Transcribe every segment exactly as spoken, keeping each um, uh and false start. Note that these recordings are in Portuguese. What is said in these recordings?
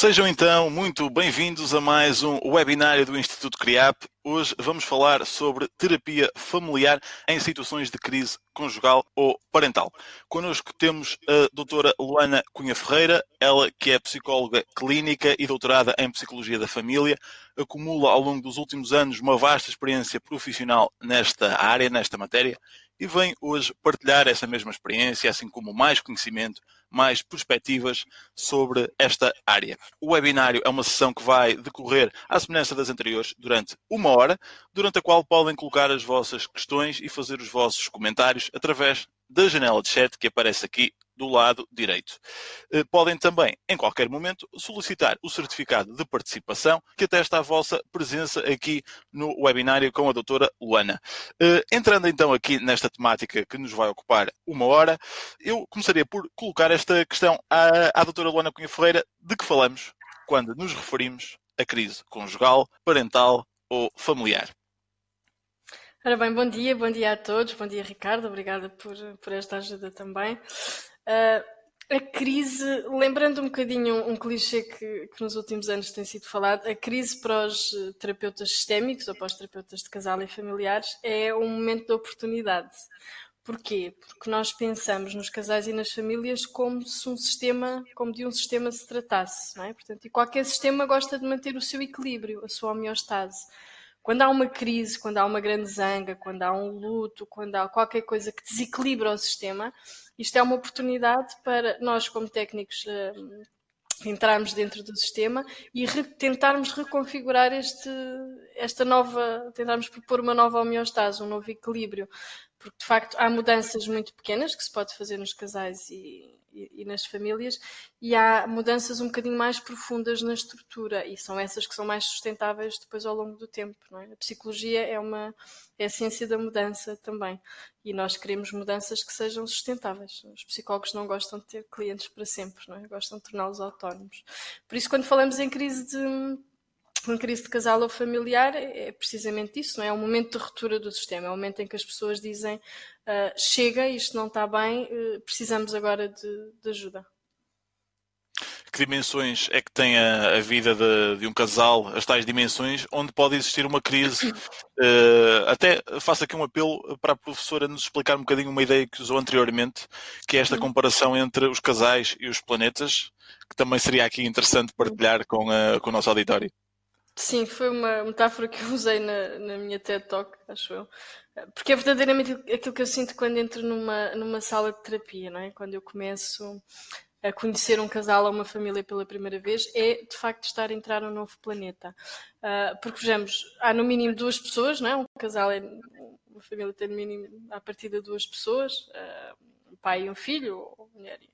Sejam então muito bem-vindos a mais um webinário do Instituto CRIAP. Hoje vamos falar sobre terapia familiar em situações de crise conjugal ou parental. Connosco temos a doutora Luana Cunha Ferreira, ela que é psicóloga clínica e doutorada em Psicologia da Família, acumula ao longo dos últimos anos uma vasta experiência profissional nesta área, nesta matéria, e vem hoje partilhar essa mesma experiência, assim como mais conhecimento, mais perspectivas sobre esta área. O webinário é uma sessão que vai decorrer à semelhança das anteriores durante uma hora, durante a qual podem colocar as vossas questões e fazer os vossos comentários através da janela de chat que aparece aqui do lado direito. Podem também, em qualquer momento, solicitar o certificado de participação que atesta a vossa presença aqui no webinário com a doutora Luana. Entrando então aqui nesta temática que nos vai ocupar uma hora, eu começaria por colocar esta questão à, à doutora Luana Cunha Ferreira: de que falamos quando nos referimos à crise conjugal, parental ou familiar? Ora bem, bom dia, bom dia a todos, bom dia Ricardo, obrigada por, por esta ajuda também. Uh, a crise, lembrando um bocadinho um, um clichê que, que nos últimos anos tem sido falado, a crise para os terapeutas sistémicos ou para os terapeutas de casal e familiares é um momento de oportunidade. Porquê? Porque nós pensamos nos casais e nas famílias como se um sistema, como de um sistema se tratasse, não é? Portanto, e qualquer sistema gosta de manter o seu equilíbrio, a sua homeostase. Quando há uma crise, quando há uma grande zanga, quando há um luto, quando há qualquer coisa que desequilibra o sistema, isto é uma oportunidade para nós, como técnicos, uh, entrarmos dentro do sistema e re- tentarmos reconfigurar este, esta nova, tentarmos propor uma nova homeostase, um novo equilíbrio. Porque, de facto, há mudanças muito pequenas que se pode fazer nos casais e, e, e nas famílias, e há mudanças um bocadinho mais profundas na estrutura, e são essas que são mais sustentáveis depois ao longo do tempo, não é? A psicologia é, uma, é a ciência da mudança também, e nós queremos mudanças que sejam sustentáveis. Os psicólogos não gostam de ter clientes para sempre, não é? Gostam de torná-los autónomos. Por isso, quando falamos em crise de... Uma crise de casal ou familiar é precisamente isso, não é? É um momento de ruptura do sistema, é um momento em que as pessoas dizem uh, chega, isto não está bem, uh, precisamos agora de, de ajuda. Que dimensões é que tem a, a vida de, de um casal, as tais dimensões, onde pode existir uma crise? Uh, até faço aqui um apelo para a professora nos explicar um bocadinho uma ideia que usou anteriormente, que é esta comparação entre os casais e os planetas, que também seria aqui interessante partilhar com, a, com o nosso auditório. Sim, foi uma metáfora que eu usei na, na minha TED Talk, acho eu. Porque é verdadeiramente aquilo que eu sinto quando entro numa, numa sala de terapia, não é? Quando eu começo a conhecer um casal ou uma família pela primeira vez, é de facto estar a entrar num novo planeta. Uh, porque, vejamos, há no mínimo duas pessoas, não é? Um casal, é, uma família tem no mínimo, à partida, duas pessoas, uh, um pai e um filho, ou mulher e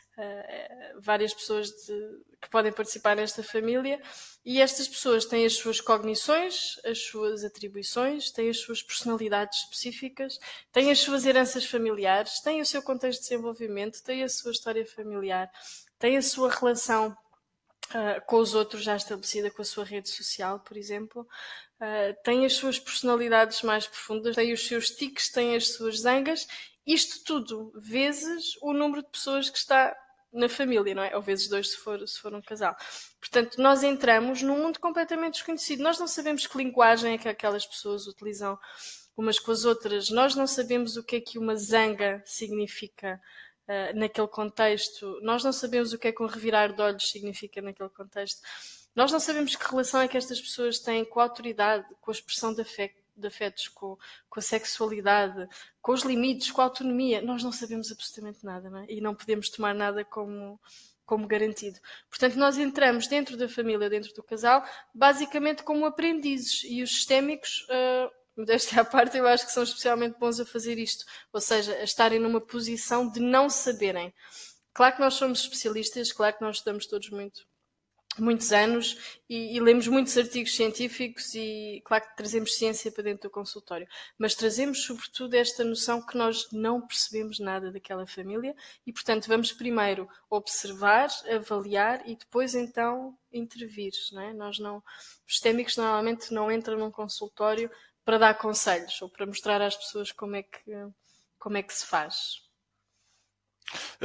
Uh, várias pessoas de, que podem participar nesta família, e estas pessoas têm as suas cognições, as suas atribuições, têm as suas personalidades específicas, têm as suas heranças familiares, têm o seu contexto de desenvolvimento, têm a sua história familiar, têm a sua relação uh, com os outros já estabelecida, com a sua rede social, por exemplo, uh, têm as suas personalidades mais profundas, têm os seus tiques, têm as suas zangas. Isto tudo vezes o número de pessoas que está na família, não é? Ou vezes dois se for, se for um casal. Portanto, nós entramos num mundo completamente desconhecido. Nós não sabemos que linguagem é que aquelas pessoas utilizam umas com as outras. Nós não sabemos o que é que uma zanga significa uh, naquele contexto. Nós não sabemos o que é que um revirar de olhos significa naquele contexto. Nós não sabemos que relação é que estas pessoas têm com a autoridade, com a expressão de afeto, de afetos, com, com a sexualidade, com os limites, com a autonomia. Nós não sabemos absolutamente nada, não é? E não podemos tomar nada como, como garantido. Portanto, nós entramos dentro da família, dentro do casal, basicamente como aprendizes, e os sistémicos, uh, modéstia à parte, eu acho que são especialmente bons a fazer isto, ou seja, a estarem numa posição de não saberem. Claro que nós somos especialistas, claro que nós estudamos todos muito muitos anos e, e lemos muitos artigos científicos e claro que trazemos ciência para dentro do consultório, mas trazemos sobretudo esta noção que nós não percebemos nada daquela família e, portanto, vamos primeiro observar, avaliar e depois então intervir, não é? Nós não, os sistémicos normalmente não entram num consultório para dar conselhos ou para mostrar às pessoas como é que, como é que se faz. Uh...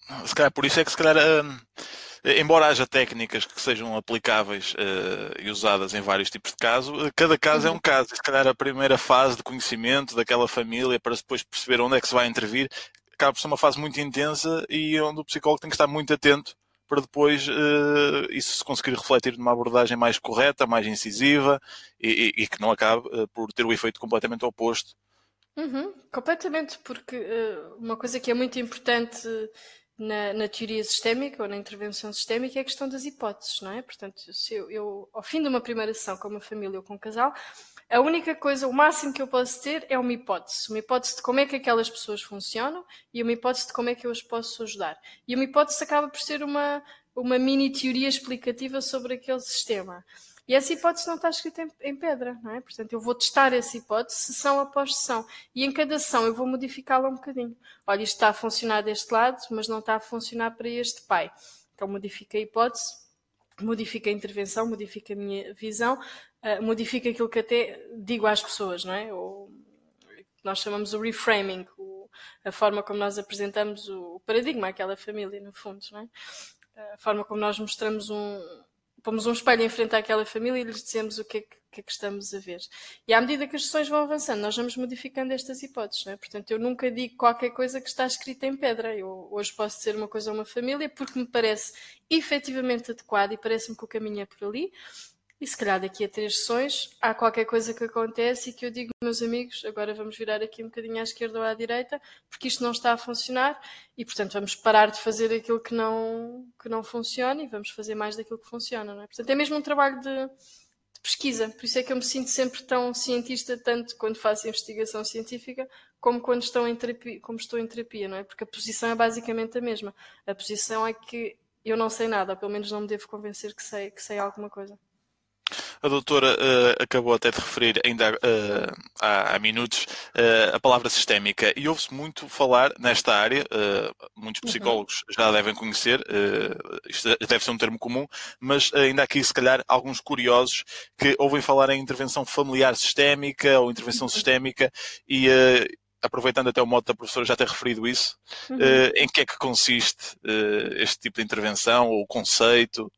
Se calhar por isso é que se calhar, hum, embora haja técnicas que sejam aplicáveis uh, e usadas em vários tipos de caso, cada caso é um Uhum. caso. E se calhar a primeira fase de conhecimento daquela família para depois perceber onde é que se vai intervir, acaba por ser uma fase muito intensa e onde o psicólogo tem que estar muito atento para depois uh, isso se conseguir refletir numa abordagem mais correta, mais incisiva e, e, e que não acabe uh, por ter o efeito completamente oposto. Uhum, completamente, porque uh, uma coisa que é muito importante na, na teoria sistémica ou na intervenção sistémica é a questão das hipóteses, não é? Portanto, se eu, eu, ao fim de uma primeira sessão com uma família ou com um casal, a única coisa, o máximo que eu posso ter é uma hipótese. Uma hipótese de como é que aquelas pessoas funcionam e uma hipótese de como é que eu as posso ajudar. E uma hipótese acaba por ser uma, uma mini teoria explicativa sobre aquele sistema. E essa hipótese não está escrita em, em pedra, não é? Portanto, eu vou testar essa hipótese sessão após sessão. E em cada sessão eu vou modificá-la um bocadinho. Olha, isto está a funcionar deste lado, mas não está a funcionar para este pai. Então modifica a hipótese, modifica a intervenção, modifica a minha visão, uh, modifica aquilo que até digo às pessoas, não é? Ou, nós chamamos o reframing, o, a forma como nós apresentamos o, o paradigma àquela família, no fundo, não é? A forma como nós mostramos um... pomos um espelho em frente àquela família e lhes dizemos o que é que, que, é que estamos a ver. E à medida que as sessões vão avançando, nós vamos modificando estas hipóteses, não é? Portanto, eu nunca digo qualquer coisa que está escrita em pedra. Eu hoje posso dizer uma coisa a uma família porque me parece efetivamente adequado e parece-me que o caminho é por ali. E se calhar daqui a três sessões há qualquer coisa que acontece e que eu digo, meus amigos, agora vamos virar aqui um bocadinho à esquerda ou à direita, porque isto não está a funcionar e, portanto, vamos parar de fazer aquilo que não, que não funciona e vamos fazer mais daquilo que funciona, não é? Portanto, é mesmo um trabalho de, de pesquisa. Por isso é que eu me sinto sempre tão cientista, tanto quando faço investigação científica, como quando estou em terapia, como estou em terapia, não é? Porque a posição é basicamente a mesma. A posição é que eu não sei nada, ou pelo menos não me devo convencer que sei, que sei alguma coisa. A doutora uh, acabou até de referir, ainda uh, há, há minutos, uh, a palavra sistémica. E ouve-se muito falar nesta área, uh, muitos Uhum. psicólogos já devem conhecer, uh, isto deve ser um termo comum, mas ainda há aqui, se calhar, alguns curiosos que ouvem falar em intervenção familiar sistémica ou intervenção sistémica e... Uh, aproveitando até o modo da professora já ter referido isso, Uhum. uh, em que é que consiste uh, este tipo de intervenção ou o conceito?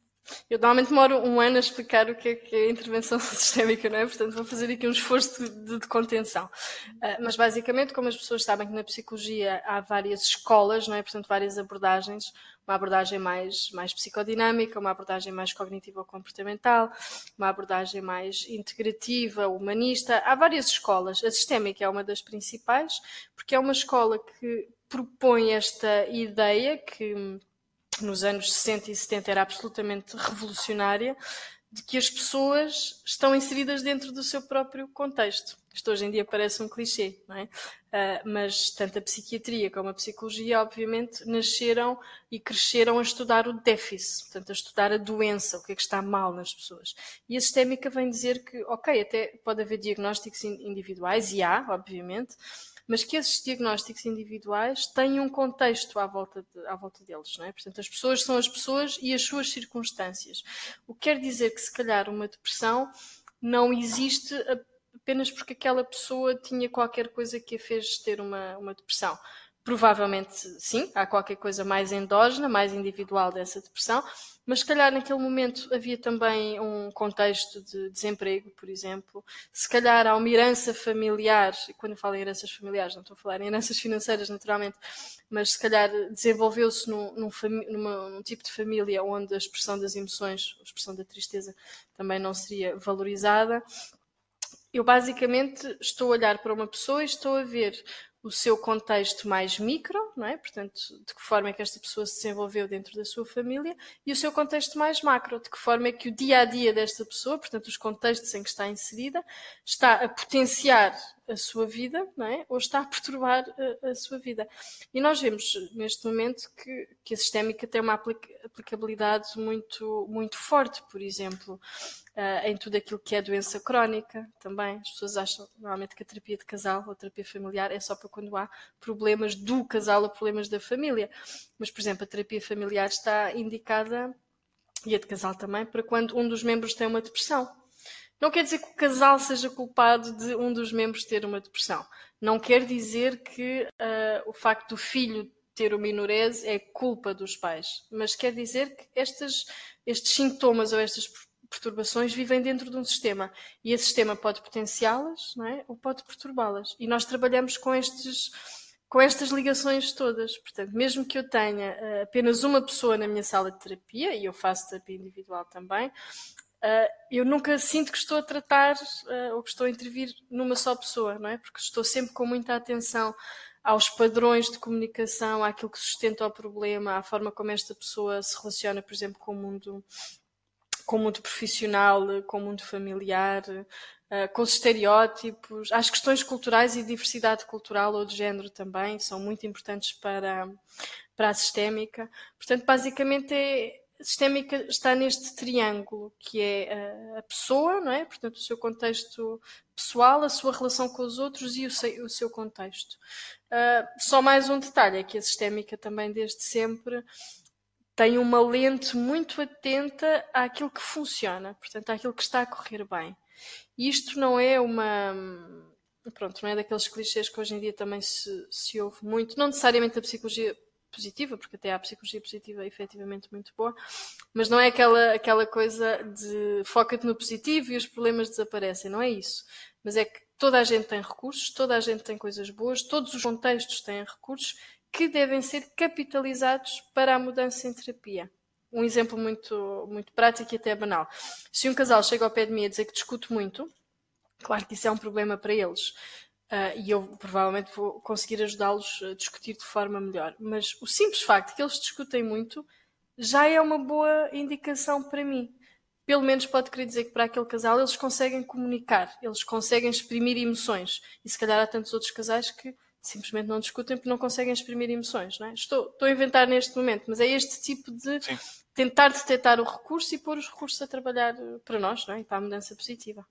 Eu normalmente demoro um ano a explicar o que é, que é a intervenção sistémica, não é? Portanto, vou fazer aqui um esforço de, de contenção. Uh, mas, basicamente, como as pessoas sabem que na psicologia há várias escolas, não é? Portanto, várias abordagens. Uma abordagem mais, mais psicodinâmica, uma abordagem mais cognitivo-comportamental, uma abordagem mais integrativa, humanista. Há várias escolas. A sistémica é uma das principais, porque é uma escola que propõe esta ideia que nos anos sessenta e setenta era absolutamente revolucionária, de que as pessoas estão inseridas dentro do seu próprio contexto. Isto hoje em dia parece um clichê, não é? Uh, mas tanto a psiquiatria como a psicologia, obviamente, nasceram e cresceram a estudar o déficit, portanto, a estudar a doença, o que é que está mal nas pessoas. E a sistémica vem dizer que, ok, até pode haver diagnósticos individuais, e há, obviamente, mas que esses diagnósticos individuais têm um contexto à volta, de, à volta deles, não é? Portanto, as pessoas são as pessoas e as suas circunstâncias. O que quer dizer que, se calhar, uma depressão não existe apenas porque aquela pessoa tinha qualquer coisa que a fez ter uma, uma depressão. Provavelmente, sim, há qualquer coisa mais endógena, mais individual dessa depressão, mas se calhar naquele momento havia também um contexto de desemprego, por exemplo. Se calhar há uma herança familiar, e quando eu falo em heranças familiares, não estou a falar em heranças financeiras, naturalmente, mas se calhar desenvolveu-se num, num, numa, num tipo de família onde a expressão das emoções, a expressão da tristeza também não seria valorizada. Eu basicamente estou a olhar para uma pessoa e estou a ver o seu contexto mais micro, não é? Portanto, de que forma é que esta pessoa se desenvolveu dentro da sua família, e o seu contexto mais macro, de que forma é que o dia-a-dia desta pessoa, portanto, os contextos em que está inserida, está a potenciar a sua vida, não é? Ou está a perturbar a, a sua vida. E nós vemos neste momento que, que a sistémica tem uma aplicabilidade muito, muito forte, por exemplo, Uh, em tudo aquilo que é doença crónica também. As pessoas acham normalmente que a terapia de casal ou a terapia familiar é só para quando há problemas do casal ou problemas da família. Mas, por exemplo, a terapia familiar está indicada, e a de casal também, para quando um dos membros tem uma depressão. Não quer dizer que o casal seja culpado de um dos membros ter uma depressão. Não quer dizer que uh, o facto do filho ter uma enurese é culpa dos pais, mas quer dizer que estas, estes sintomas ou estas perturbações vivem dentro de um sistema e esse sistema pode potenciá-las, não é? Ou pode perturbá-las. E nós trabalhamos com, estes, com estas ligações todas. Portanto, mesmo que eu tenha uh, apenas uma pessoa na minha sala de terapia, e eu faço terapia individual também, uh, eu nunca sinto que estou a tratar uh, ou que estou a intervir numa só pessoa, não é? Porque estou sempre com muita atenção aos padrões de comunicação, àquilo que sustenta o problema, à forma como esta pessoa se relaciona, por exemplo, com o mundo, com o mundo profissional, com o mundo familiar, com os estereótipos. As questões culturais e diversidade cultural ou de género também são muito importantes para, para a sistémica. Portanto, basicamente, é, a sistémica está neste triângulo, que é a pessoa, não é? Portanto, o seu contexto pessoal, a sua relação com os outros e o seu, o seu contexto. Uh, só mais um detalhe, é que a sistémica também desde sempre tem uma lente muito atenta àquilo que funciona, portanto, àquilo que está a correr bem. E isto não é uma... Pronto, não é daqueles clichês que hoje em dia também se, se ouve muito, não necessariamente a psicologia positiva, porque até há a psicologia positiva efetivamente muito boa, mas não é aquela, aquela coisa de foca-te no positivo e os problemas desaparecem, não é isso. Mas é que toda a gente tem recursos, toda a gente tem coisas boas, todos os contextos têm recursos que devem ser capitalizados para a mudança em terapia. Um exemplo muito, muito prático e até banal. Se um casal chega ao pé de mim a dizer que discute muito, claro que isso é um problema para eles. Uh, e eu provavelmente vou conseguir ajudá-los a discutir de forma melhor. Mas o simples facto de que eles discutem muito já é uma boa indicação para mim. Pelo menos pode querer dizer que para aquele casal eles conseguem comunicar, eles conseguem exprimir emoções. E se calhar há tantos outros casais que simplesmente não discutem porque não conseguem exprimir emoções. Não é? estou, estou a inventar neste momento, mas é este tipo de Sim. tentar detectar o recurso e pôr os recursos a trabalhar para nós, não é? E para a mudança positiva.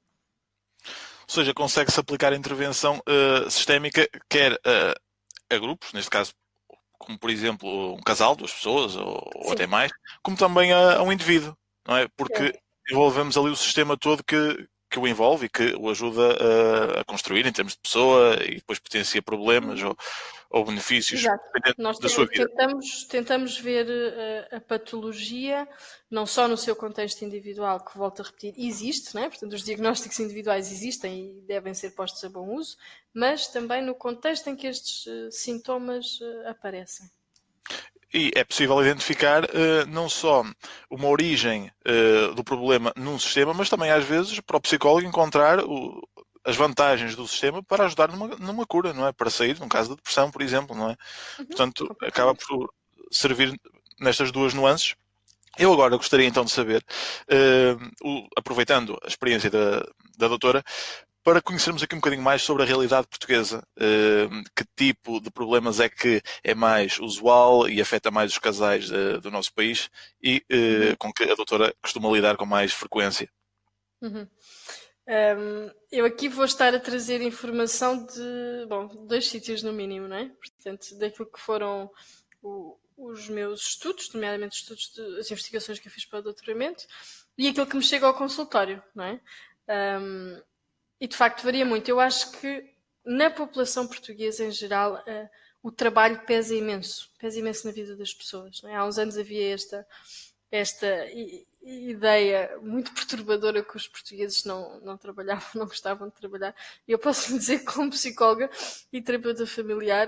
Ou seja, consegue-se aplicar a intervenção uh, sistémica, quer uh, a grupos, neste caso, como por exemplo um casal, duas pessoas ou, ou até mais, como também a, a um indivíduo, não é? Porque é. envolvemos ali o sistema todo que, que o envolve e que o ajuda a, a construir em termos de pessoa e depois potencia problemas hum. ou, ou benefícios Nós da sua vida. Tentamos, tentamos ver a, a patologia, não só no seu contexto individual, que volto a repetir, existe, não é? Portanto, os diagnósticos individuais existem e devem ser postos a bom uso, mas também no contexto em que estes uh, sintomas uh, aparecem. E é possível identificar uh, não só uma origem uh, do problema num sistema, mas também às vezes para o psicólogo encontrar o, as vantagens do sistema para ajudar numa, numa cura, não é? Para sair, num caso de depressão, por exemplo, não é? Uhum. Portanto, acaba por servir nestas duas nuances. Eu agora gostaria então de saber, uh, o, aproveitando a experiência da, da doutora, para conhecermos aqui um bocadinho mais sobre a realidade portuguesa, uh, que tipo de problemas é que é mais usual e afeta mais os casais uh, do nosso país e uh, uhum. com que a doutora costuma lidar com mais frequência. Uhum. Um, eu aqui vou estar a trazer informação de, bom, dois sítios no mínimo, não é? Portanto, daquilo que foram o, os meus estudos, nomeadamente estudos de, as investigações que eu fiz para o doutoramento e aquilo que me chega ao consultório, não é? Um, e de facto varia muito. Eu acho que na população portuguesa em geral uh, o trabalho pesa imenso, pesa imenso na vida das pessoas, não é? Há uns anos havia esta, esta ideia muito perturbadora que os portugueses não, não trabalhavam, não gostavam de trabalhar. E eu posso dizer que como psicóloga e terapeuta familiar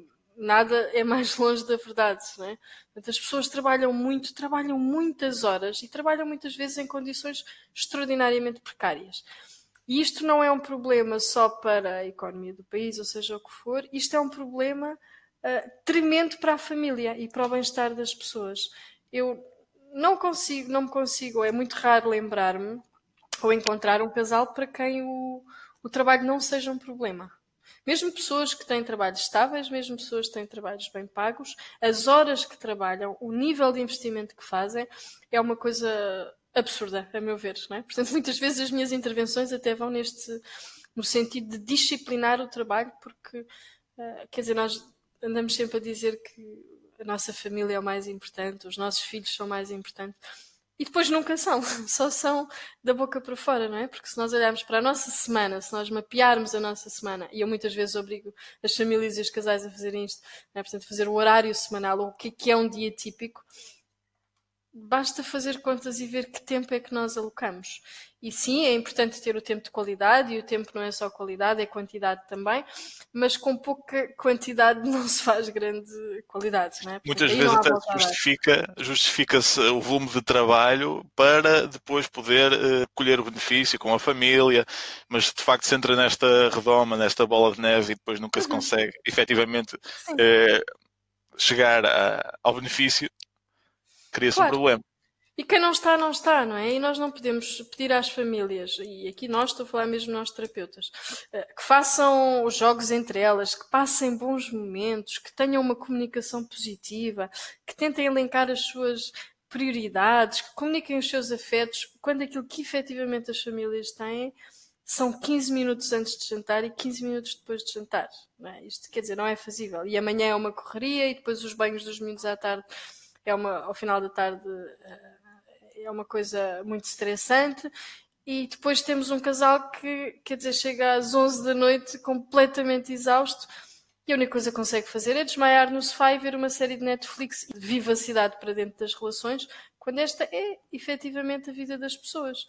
nada é mais longe da verdade, não é? Portanto, as pessoas trabalham muito, trabalham muitas horas e trabalham muitas vezes em condições extraordinariamente precárias. E isto não é um problema só para a economia do país, ou seja o que for, isto é um problema uh, tremendo para a família e para o bem-estar das pessoas. Eu não consigo, não me consigo, é muito raro lembrar-me ou encontrar um casal para quem o, o trabalho não seja um problema. Mesmo pessoas que têm trabalhos estáveis, mesmo pessoas que têm trabalhos bem pagos, as horas que trabalham, o nível de investimento que fazem é uma coisa absurda, a meu ver, não é? Portanto, muitas vezes as minhas intervenções até vão neste, no sentido de disciplinar o trabalho, porque, uh, quer dizer, nós andamos sempre a dizer que a nossa família é o mais importante, os nossos filhos são mais importantes. E depois nunca são, só são da boca para fora, não é? Porque se nós olharmos para a nossa semana, se nós mapearmos a nossa semana, e eu muitas vezes obrigo as famílias e os casais a fazerem isto, não é? Portanto, fazer o horário semanal, ou o que é que é um dia típico, basta fazer contas e ver que tempo é que nós alocamos. E sim, é importante ter o tempo de qualidade, e o tempo não é só qualidade, é quantidade também, mas com pouca quantidade não se faz grande qualidade, não é? Portanto, Muitas aí vezes não há até volta se a dar. justifica, justifica-se o volume de trabalho para depois poder eh, colher o benefício com a família, mas de facto se entra nesta redoma, nesta bola de neve e depois nunca se Uhum. consegue efetivamente Sim, eh, chegar a- ao benefício, cria-se um claro. problema. E quem não está, não está, não é? E nós não podemos pedir às famílias, e aqui nós, estou a falar mesmo nós terapeutas, eh, que façam os jogos entre elas, que passem bons momentos, que tenham uma comunicação positiva, que tentem elencar as suas prioridades, que comuniquem os seus afetos, quando aquilo que efetivamente as famílias têm são quinze minutos antes de jantar e quinze minutos depois de jantar. Não é? Isto quer dizer, não é fazível. E amanhã é uma correria e depois os banhos dos miúdos à tarde é uma, ao final da tarde eh, é uma coisa muito estressante. E depois temos um casal que, quer dizer, chega às onze da noite completamente exausto e a única coisa que consegue fazer é desmaiar no sofá e ver uma série de Netflix e de vivacidade para dentro das relações, quando esta é efetivamente a vida das pessoas.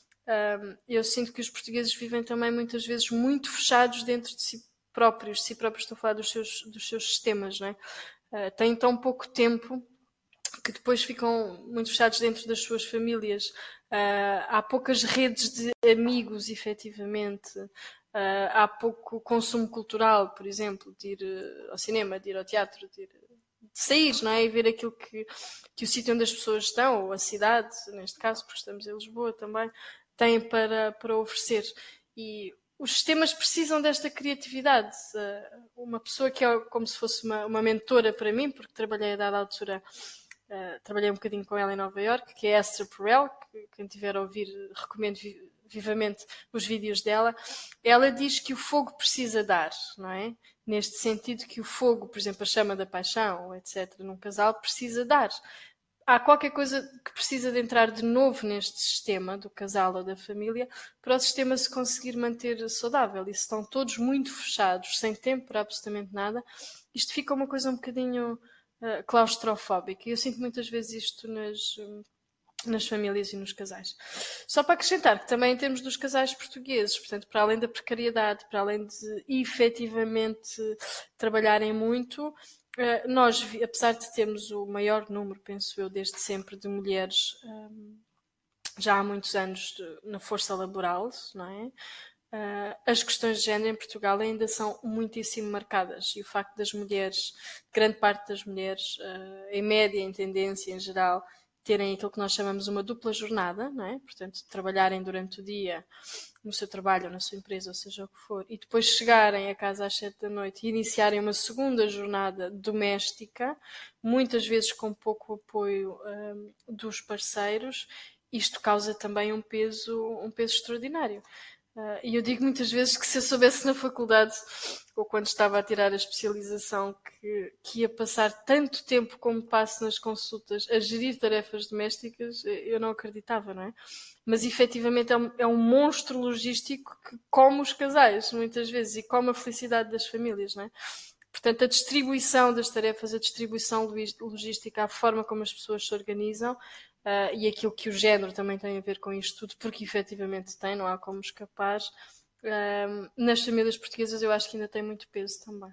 Um, eu sinto que os portugueses vivem também muitas vezes muito fechados dentro de si próprios, de si próprios, estou a falar dos seus, dos seus sistemas, não é? Uh, têm tão pouco tempo que depois ficam muito fechados dentro das suas famílias. Uh, há poucas redes de amigos, efetivamente. Uh, há pouco consumo cultural, por exemplo, de ir uh, ao cinema, de ir ao teatro, de, ir, de sair, não é? E ver aquilo que, que o sítio onde as pessoas estão, ou a cidade, neste caso, porque estamos em Lisboa também, tem para, para oferecer. E os sistemas precisam desta criatividade. Uh, uma pessoa que é como se fosse uma, uma mentora para mim, porque trabalhei a dada altura Uh, trabalhei um bocadinho com ela em Nova Iorque, que é Esther Perel, que quem tiver a ouvir recomendo vi vivamente os vídeos dela. Ela diz que o fogo precisa dar, não é? Neste sentido que o fogo, por exemplo, a chama da paixão, etcétera, num casal, precisa dar. Há qualquer coisa que precisa de entrar de novo neste sistema do casal ou da família para o sistema se conseguir manter saudável. E se estão todos muito fechados, sem tempo para absolutamente nada, isto fica uma coisa um bocadinho Uh, claustrofóbica. E eu sinto muitas vezes isto nas, nas famílias e nos casais. Só para acrescentar que também em termos dos casais portugueses, portanto, para além da precariedade, para além de efetivamente trabalharem muito, uh, nós, apesar de termos o maior número, penso eu, desde sempre, de mulheres um, já há muitos anos de, na força laboral, não é? Uh, as questões de género em Portugal ainda são muitíssimo marcadas e o facto das mulheres, grande parte das mulheres, uh, em média, em tendência, em geral, terem aquilo que nós chamamos uma dupla jornada, não é? Portanto, trabalharem durante o dia no seu trabalho ou na sua empresa, ou seja o que for, e depois chegarem a casa às sete da noite e iniciarem uma segunda jornada doméstica, muitas vezes com pouco apoio um, dos parceiros, isto causa também um peso, um peso extraordinário. Uh, e eu digo muitas vezes que se eu soubesse na faculdade, ou quando estava a tirar a especialização, que, que ia passar tanto tempo como passo nas consultas a gerir tarefas domésticas, eu não acreditava, não é? Mas efetivamente é um, é um monstro logístico que come os casais, muitas vezes, e come a felicidade das famílias, não é? Portanto, a distribuição das tarefas, a distribuição logística, a forma como as pessoas se organizam, Uh, e aquilo que o género também tem a ver com isto tudo, porque efetivamente tem, não há como escapar. Uh, nas famílias portuguesas eu acho que ainda tem muito peso também.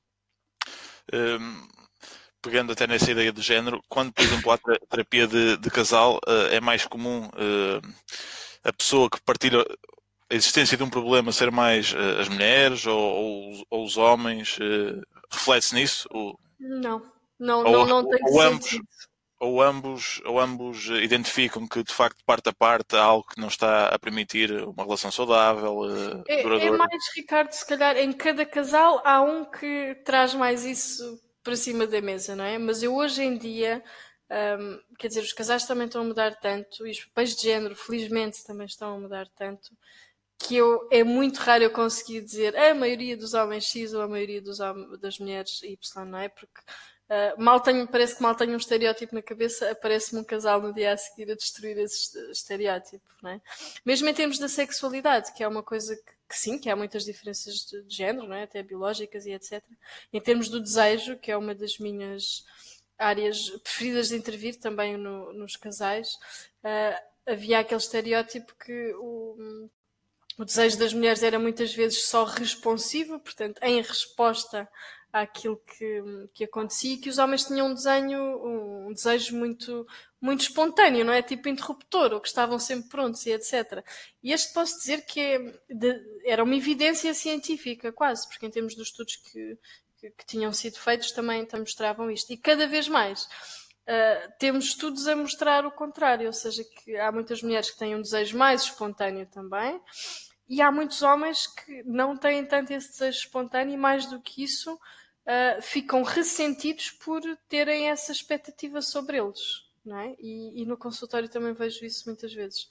Um, pegando até nessa ideia de género, quando, por exemplo, há terapia de, de casal, uh, é mais comum uh, a pessoa que partilha a existência de um problema ser mais uh, as mulheres ou, ou, ou os homens? Uh, reflete-se nisso? Ou, não, não, ou, não, não tem ou ambos? sentido. Ou ambos, ou ambos identificam que, de facto, parte a parte há algo que não está a permitir uma relação saudável, uh, É, é duradoura? mais, Ricardo, se calhar em cada casal há um que traz mais isso para cima da mesa, não é? Mas eu hoje em dia, um, quer dizer, os casais também estão a mudar tanto, e os papéis de género, felizmente, também estão a mudar tanto, que eu, é muito raro eu conseguir dizer a maioria dos homens X ou a maioria dos, das mulheres Y, não é? Porque Uh, mal tenho, parece que mal tenho um estereótipo na cabeça, aparece-me um casal no dia a seguir a destruir esse estereótipo, não é? Mesmo em termos da sexualidade, que é uma coisa que, que sim, que há muitas diferenças de, de género, não é? Até biológicas e etcétera. Em termos do desejo, que é uma das minhas áreas preferidas de intervir também no, nos casais, uh, havia aquele estereótipo que o, o desejo das mulheres era muitas vezes só responsivo, portanto, em resposta àquilo que, que acontecia, e que os homens tinham um desenho, um desejo muito, muito espontâneo, não é? Tipo interruptor, ou que estavam sempre prontos e etcétera. E este posso dizer que é de, era uma evidência científica, quase, porque em termos dos estudos que, que, que tinham sido feitos também mostravam isto. E cada vez mais uh, temos estudos a mostrar o contrário, ou seja, que há muitas mulheres que têm um desejo mais espontâneo também, e há muitos homens que não têm tanto esse desejo espontâneo, e mais do que isso, Uh, ficam ressentidos por terem essa expectativa sobre eles, não é? E, e no consultório também vejo isso muitas vezes.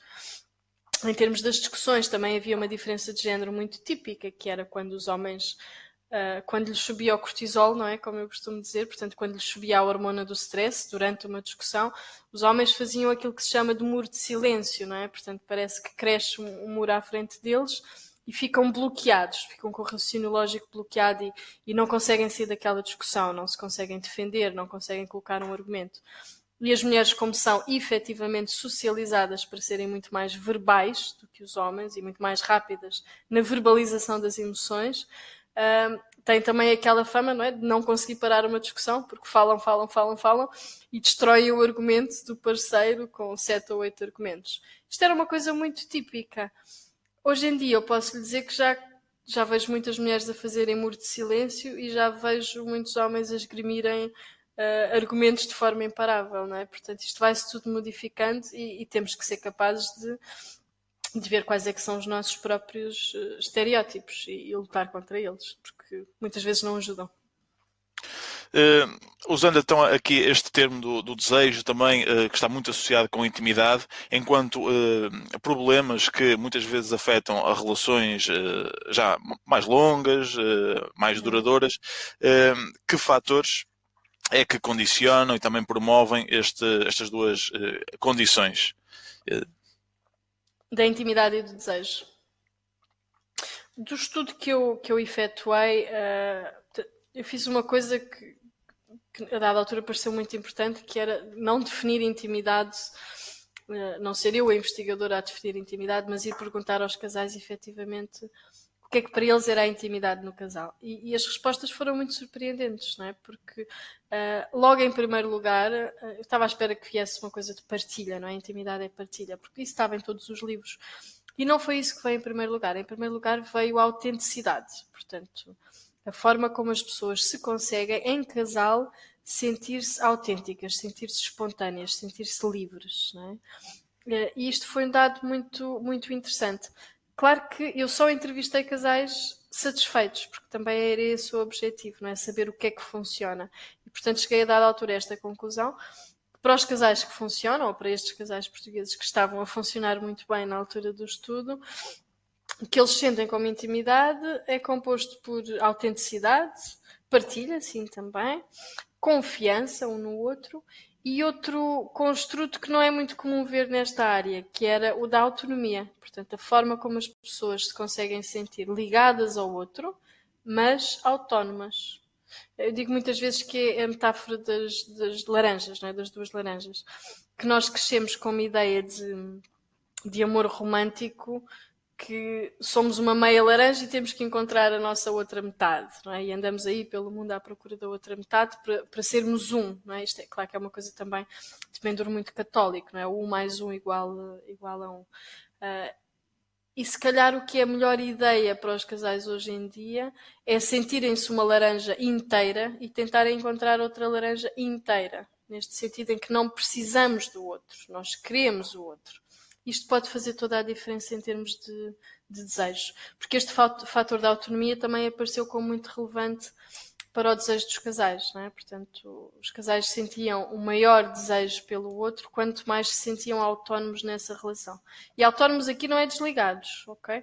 Em termos das discussões, também havia uma diferença de género muito típica, que era quando os homens, uh, quando lhes subia o cortisol, não é? Como eu costumo dizer, portanto, quando lhes subia a hormona do stress durante uma discussão, os homens faziam aquilo que se chama de muro de silêncio, não é? Portanto, parece que cresce um, um muro à frente deles e ficam bloqueados, ficam com o raciocínio lógico bloqueado e, e não conseguem sair daquela discussão, não se conseguem defender, não conseguem colocar um argumento. E as mulheres, como são efetivamente socializadas para serem muito mais verbais do que os homens e muito mais rápidas na verbalização das emoções, uh, têm também aquela fama, não é, de não conseguir parar uma discussão, porque falam, falam, falam, falam e destroem o argumento do parceiro com sete ou oito argumentos. Isto era uma coisa muito típica. Hoje em dia eu posso lhe dizer que já, já vejo muitas mulheres a fazerem muro de silêncio e já vejo muitos homens a esgrimirem uh, argumentos de forma imparável, não é? Portanto, isto vai-se tudo modificando e, e temos que ser capazes de, de ver quais é que são os nossos próprios uh, estereótipos e, e lutar contra eles, porque muitas vezes não ajudam. Uh, usando então aqui este termo do, do desejo também, uh, que está muito associado com a intimidade, enquanto uh, problemas que muitas vezes afetam a relações uh, já mais longas, uh, mais duradouras, uh, que fatores é que condicionam e também promovem este, estas duas uh, condições? Uh, Da intimidade e do desejo. Do estudo que eu, que eu efetuei, uh, eu fiz uma coisa que que a dada altura pareceu muito importante, que era não definir intimidade, não ser eu a investigadora a definir intimidade, mas ir perguntar aos casais efetivamente o que é que para eles era a intimidade no casal. E, e as respostas foram muito surpreendentes, não é? Porque uh, logo em primeiro lugar, uh, eu estava à espera que viesse uma coisa de partilha, não é? Intimidade é partilha, porque isso estava em todos os livros. E não foi isso que veio em primeiro lugar. Em primeiro lugar veio a autenticidade, portanto, a forma como as pessoas se conseguem, em casal, sentir-se autênticas, sentir-se espontâneas, sentir-se livres, não é? E isto foi um dado muito, muito interessante. Claro que eu só entrevistei casais satisfeitos, porque também era esse o objetivo, não é? Saber o que é que funciona. E, portanto, cheguei a dada altura a esta conclusão. Para os casais que funcionam, ou para estes casais portugueses que estavam a funcionar muito bem na altura do estudo, o que eles sentem como intimidade é composto por autenticidade, partilha, sim, também, confiança um no outro e outro construto que não é muito comum ver nesta área, que era o da autonomia. Portanto, a forma como as pessoas se conseguem sentir ligadas ao outro, mas autónomas. Eu digo muitas vezes que é a metáfora das, das laranjas, não é? Das duas laranjas. Que nós crescemos com uma ideia de, de amor romântico, que somos uma meia laranja e temos que encontrar a nossa outra metade, não é? E andamos aí pelo mundo à procura da outra metade para, para sermos um, não é? Isto é claro que é uma coisa também de pendor muito católico, não é? O um mais um igual, igual a um. Uh, e se calhar o que é a melhor ideia para os casais hoje em dia é sentirem-se uma laranja inteira e tentarem encontrar outra laranja inteira, neste sentido em que não precisamos do outro, nós queremos o outro. Isto pode fazer toda a diferença em termos de, de desejos. Porque este fator da autonomia também apareceu como muito relevante para o desejo dos casais, não é? Portanto, os casais sentiam um maior desejo pelo outro quanto mais se sentiam autónomos nessa relação. E autónomos aqui não é desligados, ok?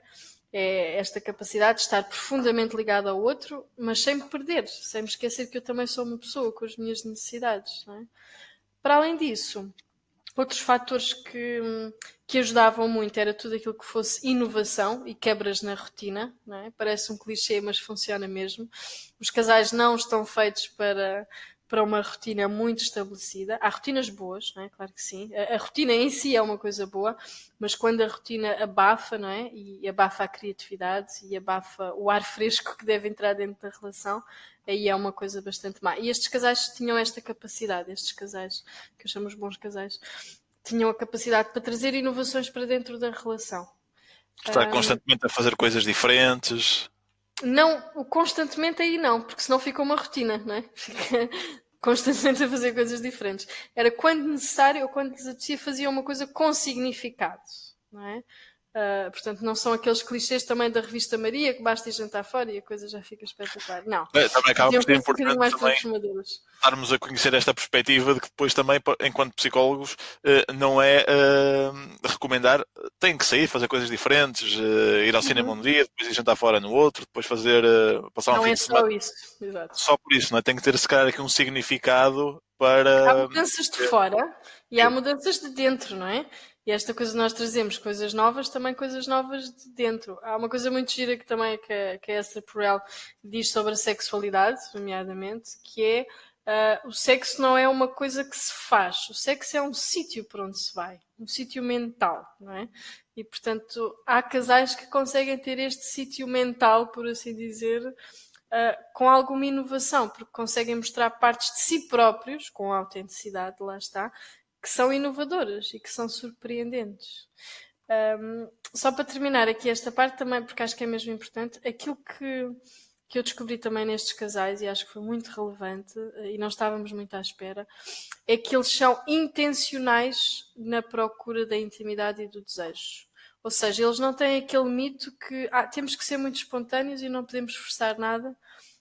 É esta capacidade de estar profundamente ligado ao outro, mas sem me perder, sem me esquecer que eu também sou uma pessoa com as minhas necessidades. Não é? Para além disso, outros fatores que, que ajudavam muito era tudo aquilo que fosse inovação e quebras na rotina. Não é? Parece um clichê, mas funciona mesmo. Os casais não estão feitos para, para uma rotina muito estabelecida. Há rotinas boas, não é? Claro que sim. A, a rotina em si é uma coisa boa, mas quando a rotina abafa, não é? E abafa a criatividade e abafa o ar fresco que deve entrar dentro da relação, aí é uma coisa bastante má. E estes casais tinham esta capacidade, estes casais, que eu chamo os bons casais, tinham a capacidade para trazer inovações para dentro da relação. Estar um, constantemente a fazer coisas diferentes. Não, constantemente aí não, porque senão fica uma rotina, não é? Fica constantemente a fazer coisas diferentes. Era quando necessário ou quando lhes apetecia, faziam uma coisa com significado, não é? Uh, portanto, não são aqueles clichês também da revista Maria, que basta ir jantar fora e a coisa já fica espetacular. Não. É, também acaba por ser importante mais também estarmos a conhecer esta perspectiva de que depois também, enquanto psicólogos, não é uh, recomendar, tem que sair, fazer coisas diferentes, uh, ir ao cinema uhum. um dia, depois ir jantar fora no outro, depois fazer, uh, passar um não fim é de semana. Não é só isso, exato. Só por isso, não é? Tem que ter, se calhar, aqui um significado para... Há mudanças de fora e há mudanças de dentro, não é? E esta coisa nós trazemos coisas novas, também coisas novas de dentro. Há uma coisa muito gira que também que a, que a Esther Perel diz sobre a sexualidade, nomeadamente, que é uh, o sexo não é uma coisa que se faz. O sexo é um sítio para onde se vai, um sítio mental, não é? E, portanto, há casais que conseguem ter este sítio mental, por assim dizer, uh, com alguma inovação, porque conseguem mostrar partes de si próprios, com autenticidade, lá está, que são inovadoras e que são surpreendentes. Um, só para terminar aqui esta parte também, porque acho que é mesmo importante, aquilo que, que eu descobri também nestes casais, e acho que foi muito relevante, e não estávamos muito à espera, é que eles são intencionais na procura da intimidade e do desejo. Ou seja, eles não têm aquele mito que ah, temos que ser muito espontâneos e não podemos forçar nada,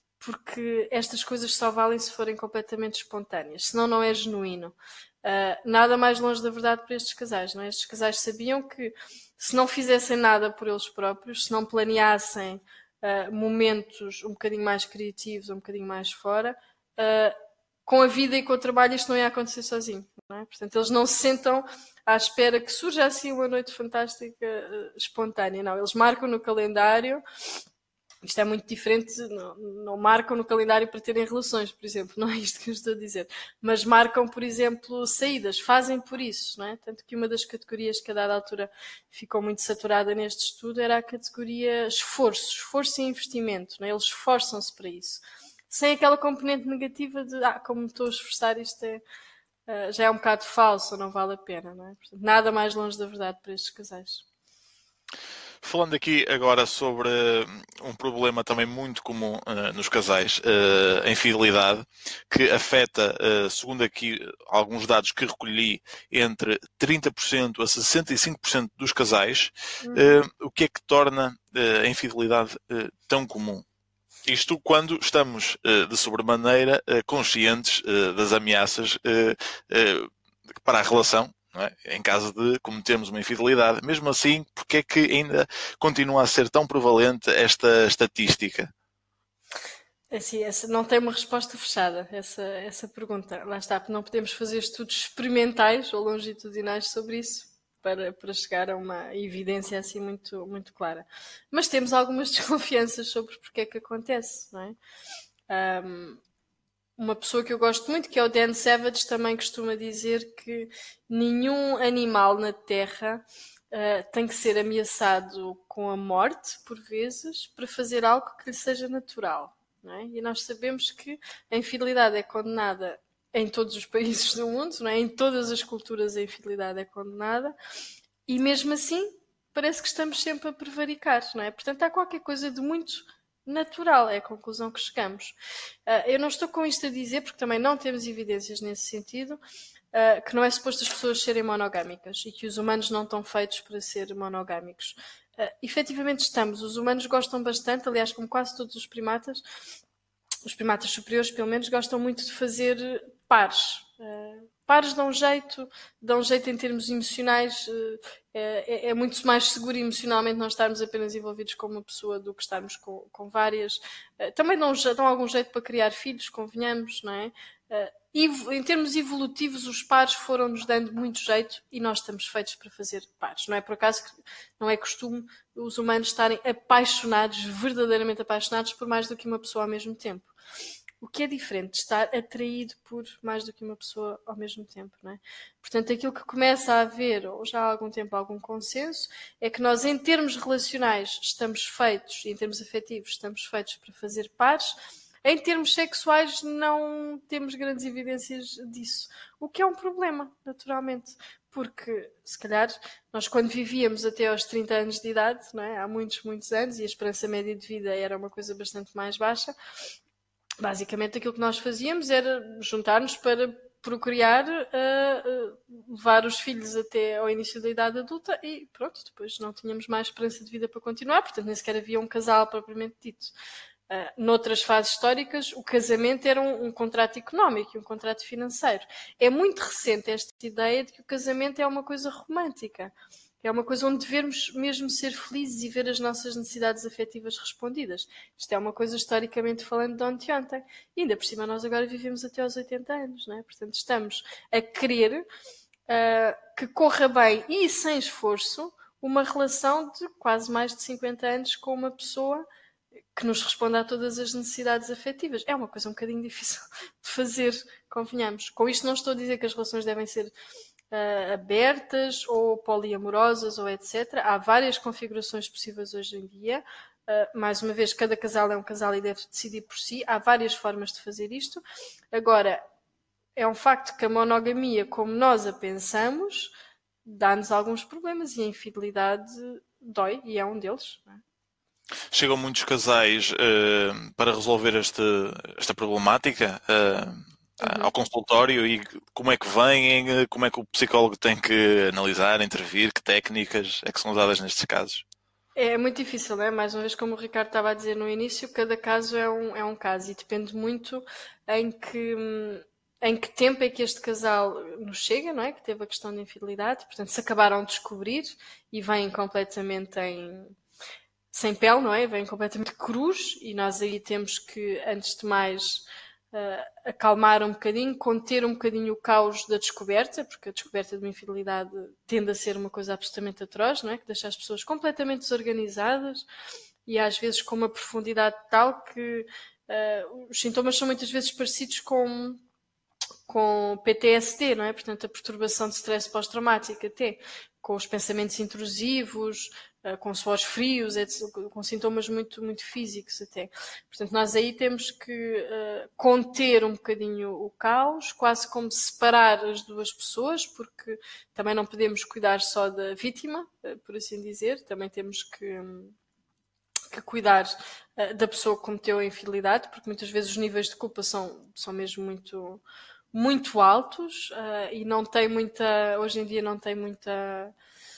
porque estas coisas só valem se forem completamente espontâneas, senão não é genuíno. Uh, nada mais longe da verdade para estes casais, não é? Estes casais sabiam que se não fizessem nada por eles próprios, se não planeassem uh, momentos um bocadinho mais criativos, um bocadinho mais fora, uh, com a vida e com o trabalho isto não ia acontecer sozinho, não é? Portanto, eles não se sentam à espera que surja assim uma noite fantástica uh, espontânea, não, eles marcam no calendário. Isto é muito diferente, não, não marcam no calendário para terem relações, por exemplo, não é isto que eu estou a dizer, mas marcam, por exemplo, saídas, fazem por isso, não é? Tanto que uma das categorias que a dada altura ficou muito saturada neste estudo era a categoria esforço, esforço e investimento, não é? Eles esforçam-se para isso, sem aquela componente negativa de, ah, como me estou a esforçar, isto é, uh, já é um bocado falso, não vale a pena, não é? Portanto, nada mais longe da verdade para estes casais. Falando aqui agora sobre um problema também muito comum uh, nos casais, uh, a infidelidade, que afeta, uh, segundo aqui alguns dados que recolhi, entre trinta por cento a sessenta e cinco por cento dos casais, uh, o que é que torna uh, a infidelidade uh, tão comum? Isto quando estamos uh, de sobremaneira uh, conscientes uh, das ameaças uh, uh, para a relação, não é? Em caso de cometermos uma infidelidade. Mesmo assim, porque é que ainda continua a ser tão prevalente esta estatística? Assim, essa não tem uma resposta fechada, essa, essa pergunta. Lá está, porque não podemos fazer estudos experimentais ou longitudinais sobre isso para, para chegar a uma evidência assim muito, muito clara. Mas temos algumas desconfianças sobre porque é que acontece, não é? Um, Uma pessoa que eu gosto muito, que é o Dan Savage, também costuma dizer que nenhum animal na Terra uh, tem que ser ameaçado com a morte, por vezes, para fazer algo que lhe seja natural. Não é? E nós sabemos que a infidelidade é condenada em todos os países do mundo, não é? Em todas as culturas a infidelidade é condenada, e mesmo assim parece que estamos sempre a prevaricar, não é? Portanto, há qualquer coisa de muito natural, é a conclusão que chegamos. Uh, eu não estou com isto a dizer, porque também não temos evidências nesse sentido, uh, que não é suposto as pessoas serem monogâmicas e que os humanos não estão feitos para ser monogâmicos. Uh, efetivamente estamos, os humanos gostam bastante, aliás, como quase todos os primatas, os primatas superiores, pelo menos, gostam muito de fazer pares. Uh, pares dão jeito, dão jeito em termos emocionais, é, é, é muito mais seguro emocionalmente não estarmos apenas envolvidos com uma pessoa do que estarmos com, com várias. Também dão, dão algum jeito para criar filhos, convenhamos, não é? E em termos evolutivos, os pares foram-nos dando muito jeito e nós estamos feitos para fazer pares. Não é por acaso que não é costume os humanos estarem apaixonados, verdadeiramente apaixonados por mais do que uma pessoa ao mesmo tempo. O que é diferente de estar atraído por mais do que uma pessoa ao mesmo tempo, não é? Portanto, aquilo que começa a haver, ou já há algum tempo algum consenso, é que nós, em termos relacionais, estamos feitos, em termos afetivos, estamos feitos para fazer pares. Em termos sexuais, não temos grandes evidências disso. O que é um problema, naturalmente. Porque, se calhar, nós quando vivíamos até aos trinta anos de idade, não é? Há muitos, muitos anos, e a esperança média de vida era uma coisa bastante mais baixa, basicamente aquilo que nós fazíamos era juntar-nos para procriar, uh, uh, levar os filhos até ao início da idade adulta e pronto, depois não tínhamos mais esperança de vida para continuar, portanto nem sequer havia um casal propriamente dito. Uh, noutras fases históricas, o casamento era um, um contrato económico e um contrato financeiro. É muito recente esta ideia de que o casamento é uma coisa romântica. É uma coisa onde devemos mesmo ser felizes e ver as nossas necessidades afetivas respondidas. Isto é uma coisa historicamente falando de ontem e ontem. E ainda por cima nós agora vivemos até aos oitenta anos, não é? Portanto, estamos a querer uh, que corra bem e sem esforço uma relação de quase mais de cinquenta anos com uma pessoa que nos responda a todas as necessidades afetivas. É uma coisa um bocadinho difícil de fazer, convenhamos. Com isto não estou a dizer que as relações devem ser Uh, abertas ou poliamorosas ou etcétera. Há várias configurações possíveis hoje em dia. Uh, mais uma vez, cada casal é um casal e deve decidir por si. Há várias formas de fazer isto. Agora, é um facto que a monogamia, como nós a pensamos, dá-nos alguns problemas e a infidelidade dói e é um deles. Não é? Chegam muitos casais uh, para resolver este, esta problemática uh... Uhum. Ao consultório e como é que vêm, como é que o psicólogo tem que analisar, intervir, que técnicas é que são usadas nestes casos? É muito difícil, não é? Mais uma vez, como o Ricardo estava a dizer no início, cada caso é um, é um caso e depende muito em que, em que tempo é que este casal nos chega, não é? Que teve a questão de infidelidade, portanto, se acabaram de descobrir e vêm completamente em... sem pele, não é? Vêm completamente crus e nós aí temos que, antes de mais... Uh, acalmar um bocadinho, conter um bocadinho o caos da descoberta, porque a descoberta de uma infidelidade tende a ser uma coisa absolutamente atroz, não é? Que deixa as pessoas completamente desorganizadas e às vezes com uma profundidade tal que uh, os sintomas são muitas vezes parecidos com, com P T S D, não é? Portanto, a perturbação de stress pós-traumático até, com os pensamentos intrusivos, Uh, com suores frios, etcétera, com sintomas muito, muito físicos até. Portanto, nós aí temos que uh, conter um bocadinho o caos, quase como separar as duas pessoas, porque também não podemos cuidar só da vítima, uh, por assim dizer, também temos que, um, que cuidar uh, da pessoa que cometeu a infidelidade, porque muitas vezes os níveis de culpa são, são mesmo muito, muito altos uh, e não tem muita, hoje em dia não tem muita...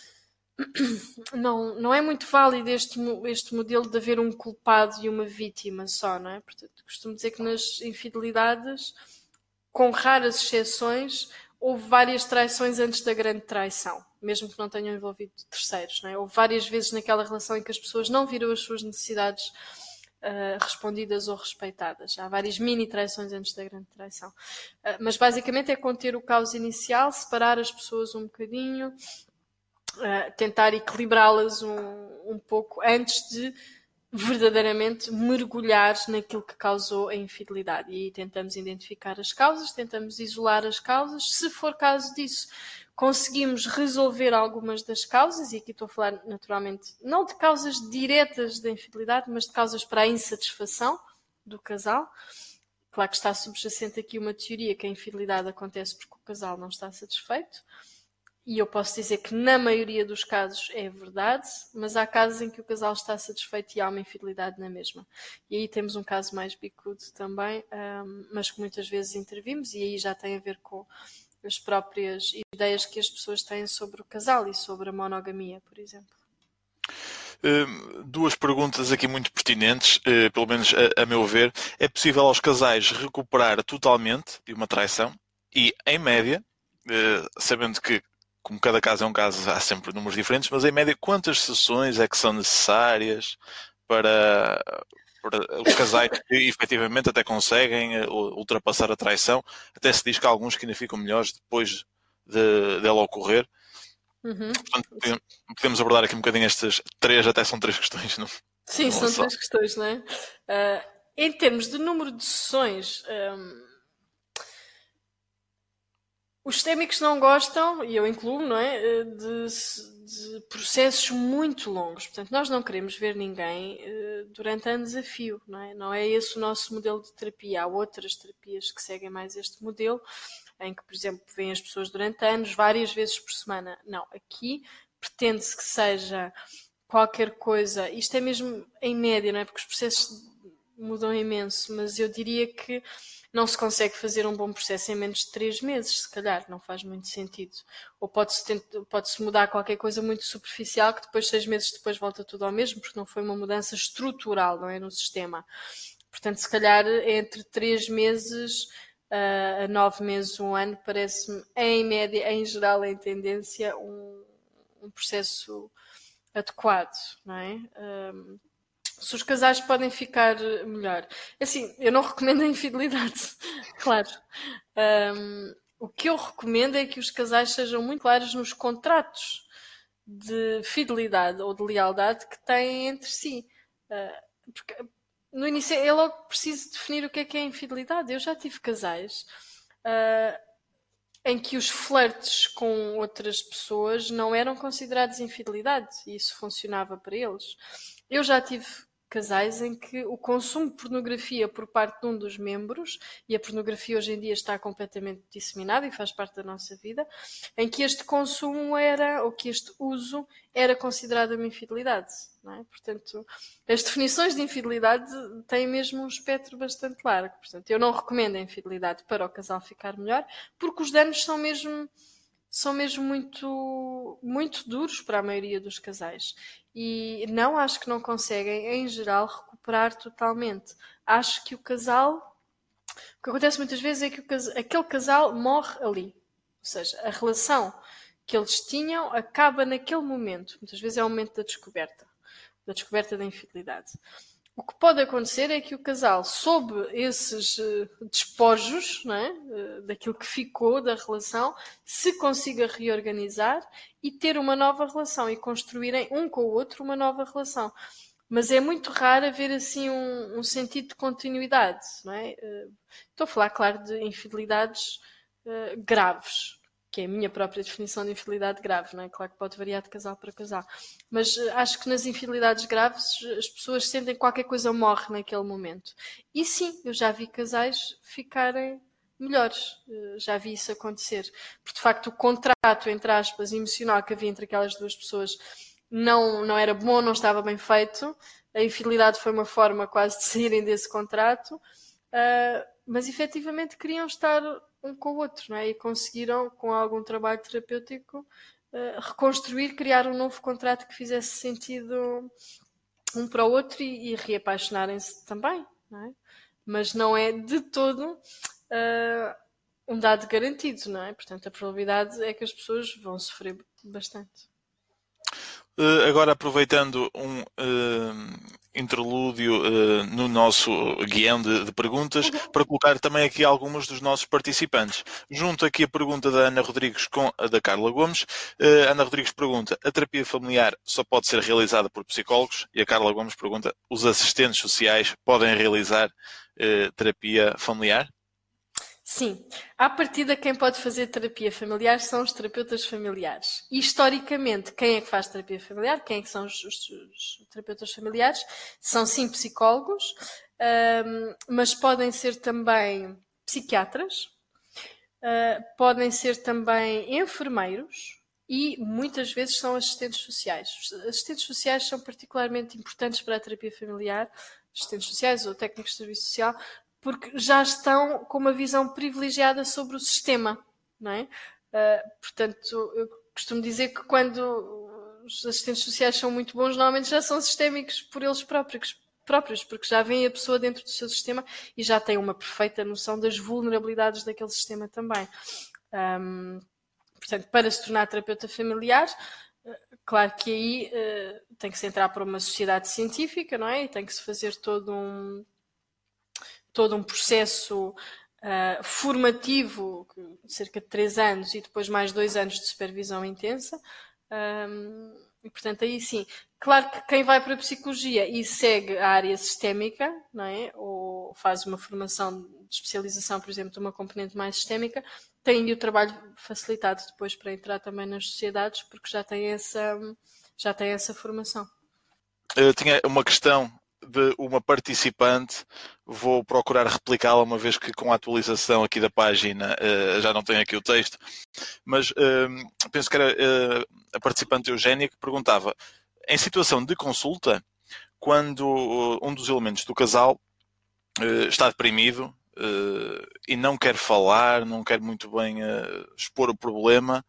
Não, não é muito válido este, este modelo de haver um culpado e uma vítima só, não é? Portanto, costumo dizer que nas infidelidades, com raras exceções, houve várias traições antes da grande traição, mesmo que não tenham envolvido terceiros, não é? Houve várias vezes naquela relação em que as pessoas não viram as suas necessidades uh, respondidas ou respeitadas. Há várias mini traições antes da grande traição. Uh, mas basicamente é conter o caos inicial, separar as pessoas um bocadinho, Uh, tentar equilibrá-las um, um pouco antes de verdadeiramente mergulhar naquilo que causou a infidelidade. E aí tentamos identificar as causas, tentamos isolar as causas. Se for caso disso, conseguimos resolver algumas das causas, e aqui estou a falar naturalmente não de causas diretas da infidelidade, mas de causas para a insatisfação do casal. Claro que está subjacente aqui uma teoria que a infidelidade acontece porque o casal não está satisfeito. E eu posso dizer que na maioria dos casos é verdade, mas há casos em que o casal está satisfeito e há uma infidelidade na mesma. E aí temos um caso mais bicudo também, um, mas que muitas vezes intervimos e aí já tem a ver com as próprias ideias que as pessoas têm sobre o casal e sobre a monogamia, por exemplo. Uh, duas perguntas aqui muito pertinentes, uh, pelo menos a, a meu ver. É possível aos casais recuperar totalmente de uma traição? E, em média, uh, sabendo que, como cada caso é um caso, há sempre números diferentes, mas em média, quantas sessões é que são necessárias para, para os casais que efetivamente até conseguem ultrapassar a traição? Até se diz que há alguns que ainda ficam melhores depois de, dela ocorrer. Uhum. Portanto, podemos abordar aqui um bocadinho estas três, até são três questões. Não? Sim, não são só. três questões, não é? Uh, em termos de número de sessões, um, os sistémicos não gostam, e eu incluo, não é, de, de processos muito longos. Portanto, nós não queremos ver ninguém uh, durante anos a fio, não é? Não é esse o nosso modelo de terapia. Há outras terapias que seguem mais este modelo, em que, por exemplo, vêm as pessoas durante anos, várias vezes por semana. Não, aqui pretende-se que seja qualquer coisa, isto é mesmo em média, não é? Porque os processos mudam imenso, mas eu diria que não se consegue fazer um bom processo em menos de três meses, se calhar, não faz muito sentido. Ou pode-se, tentar, pode-se mudar qualquer coisa muito superficial, que depois, seis meses depois, volta tudo ao mesmo, porque não foi uma mudança estrutural, não é, no sistema. Portanto, se calhar, entre três meses a nove meses, um ano, parece-me, em média, em geral, em tendência, um, um processo adequado, não é? Um, se os casais podem ficar melhor. Assim, eu não recomendo a infidelidade, claro. Um, o que eu recomendo é que os casais sejam muito claros nos contratos de fidelidade ou de lealdade que têm entre si. Uh, porque no início é logo preciso definir o que é que é infidelidade. Eu já tive casais uh, em que os flertes com outras pessoas não eram considerados infidelidade e isso funcionava para eles. Eu já tive casais em que o consumo de pornografia por parte de um dos membros, e a pornografia hoje em dia está completamente disseminada e faz parte da nossa vida, em que este consumo era, ou que este uso era considerado uma infidelidade. Não é? Portanto, as definições de infidelidade têm mesmo um espectro bastante largo. Portanto, eu não recomendo a infidelidade para o casal ficar melhor, porque os danos são mesmo... são mesmo muito, muito duros para a maioria dos casais. E não acho que não conseguem, em geral, recuperar totalmente. Acho que o casal... O que acontece muitas vezes é que o casal, aquele casal morre ali. Ou seja, a relação que eles tinham acaba naquele momento. Muitas vezes é o momento da descoberta. Da descoberta da infidelidade. O que pode acontecer é que o casal, sob esses uh, despojos, não é? uh, daquilo que ficou da relação, se consiga reorganizar e ter uma nova relação e construírem um com o outro uma nova relação. Mas é muito raro haver assim um, um sentido de continuidade, não é? Uh, estou a falar, claro, de infidelidades uh, graves, que é a minha própria definição de infidelidade grave, não é? Claro que pode variar de casal para casal. Mas uh, acho que nas infidelidades graves as pessoas sentem que qualquer coisa morre naquele momento. E sim, eu já vi casais ficarem melhores. Uh, já vi isso acontecer. Porque, de facto, o contrato, entre aspas, emocional que havia entre aquelas duas pessoas não, não era bom, não estava bem feito. A infidelidade foi uma forma quase de saírem desse contrato. Uh, mas, efetivamente, queriam estar um com o outro, não é? E conseguiram, com algum trabalho terapêutico, uh, reconstruir, criar um novo contrato que fizesse sentido um para o outro e, e reapaixonarem-se também, não é? Mas não é de todo uh, um dado garantido, não é? Portanto, a probabilidade é que as pessoas vão sofrer bastante. Uh, agora, aproveitando um uh, interlúdio uh, no nosso guião de, de perguntas, uhum. para colocar também aqui alguns dos nossos participantes. Junto aqui a pergunta da Ana Rodrigues com a da Carla Gomes. Uh, Ana Rodrigues pergunta: a terapia familiar só pode ser realizada por psicólogos? E a Carla Gomes pergunta: os assistentes sociais podem realizar uh, terapia familiar? Sim, à partida quem pode fazer terapia familiar são os terapeutas familiares. E, historicamente, quem é que faz terapia familiar? Quem é que são os, os, os terapeutas familiares? São sim psicólogos, um, mas podem ser também psiquiatras, uh, podem ser também enfermeiros e muitas vezes são assistentes sociais. Os assistentes sociais são particularmente importantes para a terapia familiar, assistentes sociais ou técnicos de serviço social, porque já estão com uma visão privilegiada sobre o sistema, não é? Uh, portanto, eu costumo dizer que quando os assistentes sociais são muito bons, normalmente já são sistémicos por eles próprios, próprios, porque já vem a pessoa dentro do seu sistema e já tem uma perfeita noção das vulnerabilidades daquele sistema também. Um, portanto, para se tornar terapeuta familiar, claro que aí uh, tem que se entrar para uma sociedade científica, não é? E tem que se fazer todo um, todo um processo uh, formativo, cerca de três anos, e depois mais dois anos de supervisão intensa. Um, e, portanto, aí sim. Claro que quem vai para a psicologia e segue a área sistémica, não é? Ou faz uma formação de especialização, por exemplo, de uma componente mais sistémica, tem o trabalho facilitado depois para entrar também nas sociedades, porque já tem essa, já tem essa formação. Eu tinha uma questão de uma participante, vou procurar replicá-la uma vez que com a atualização aqui da página já não tenho aqui o texto, mas penso que era a participante Eugénia que perguntava, em situação de consulta, quando um dos elementos do casal está deprimido, Uh, e não quer falar, não quer muito bem uh, expor o problema,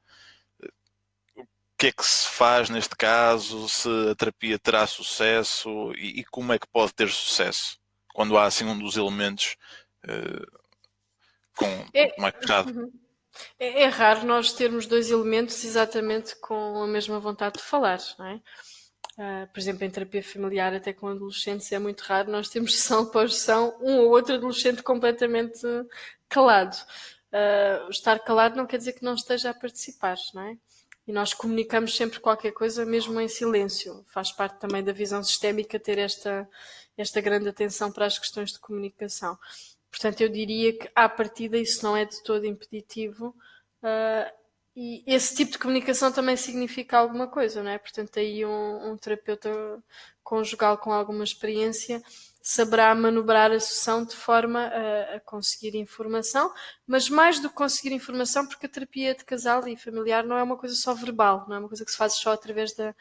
o que é que se faz neste caso, se a terapia terá sucesso e, e como é que pode ter sucesso quando há assim um dos elementos uh, com é, mais fechado? Uhum. É, é raro nós termos dois elementos exatamente com a mesma vontade de falar, não é? Uh, por exemplo, em terapia familiar, até com adolescentes, é muito raro nós temos sessão após sessão um ou outro adolescente completamente calado. Uh, estar calado não quer dizer que não esteja a participar, não é? E nós comunicamos sempre qualquer coisa, mesmo em silêncio. Faz parte também da visão sistémica ter esta, esta grande atenção para as questões de comunicação. Portanto, eu diria que, à partida, isso não é de todo impeditivo. Uh, E esse tipo de comunicação também significa alguma coisa, não é? Portanto, aí um, um terapeuta conjugal com alguma experiência saberá manobrar a sessão de forma a, a conseguir informação, mas mais do que conseguir informação, porque a terapia de casal e familiar não é uma coisa só verbal, não é uma coisa que se faz só através da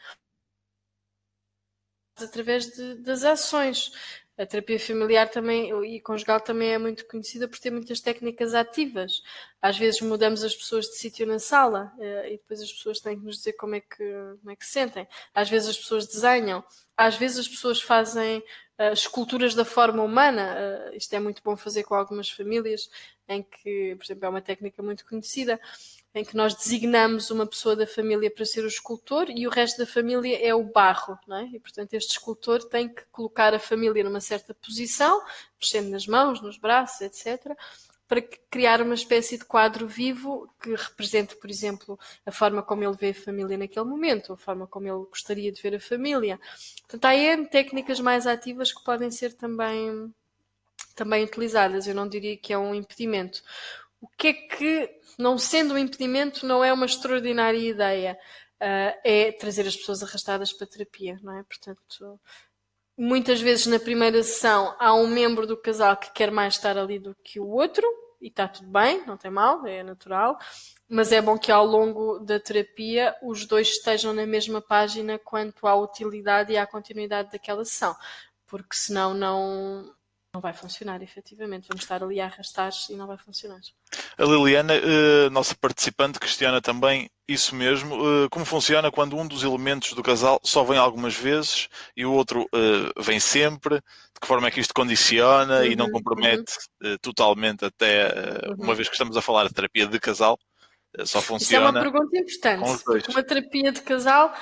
através de, das ações. A terapia familiar também e conjugal também é muito conhecida por ter muitas técnicas ativas. Às vezes mudamos as pessoas de sítio na sala e depois as pessoas têm que nos dizer como é que, como é que se sentem. Às vezes as pessoas desenham, às vezes as pessoas fazem uh, esculturas da forma humana. Uh, isto é muito bom fazer com algumas famílias, em que, por exemplo, é uma técnica muito conhecida, em que nós designamos uma pessoa da família para ser o escultor e o resto da família é o barro, não é? E, portanto, este escultor tem que colocar a família numa certa posição, mexendo nas mãos, nos braços, etcétera, para criar uma espécie de quadro vivo que represente, por exemplo, a forma como ele vê a família naquele momento, a forma como ele gostaria de ver a família. Portanto, há N técnicas mais ativas que podem ser também, também utilizadas. Eu não diria que é um impedimento. O que é que, não sendo um impedimento, não é uma extraordinária ideia? Uh, é trazer as pessoas arrastadas para a terapia, não é? Portanto, muitas vezes na primeira sessão há um membro do casal que quer mais estar ali do que o outro, e está tudo bem, não tem mal, é natural, mas é bom que ao longo da terapia os dois estejam na mesma página quanto à utilidade e à continuidade daquela sessão, porque senão não... não vai funcionar, efetivamente. Vamos estar ali a arrastar-se e não vai funcionar. A Liliana, uh, nossa participante, questiona também isso mesmo. Uh, como funciona quando um dos elementos do casal só vem algumas vezes e o outro uh, vem sempre? De que forma é que isto condiciona uhum, e não compromete uhum. uh, totalmente até, uh, uhum. uma vez que estamos a falar de terapia de casal, uh, só funciona... Isso é uma pergunta importante, porque uma terapia de casal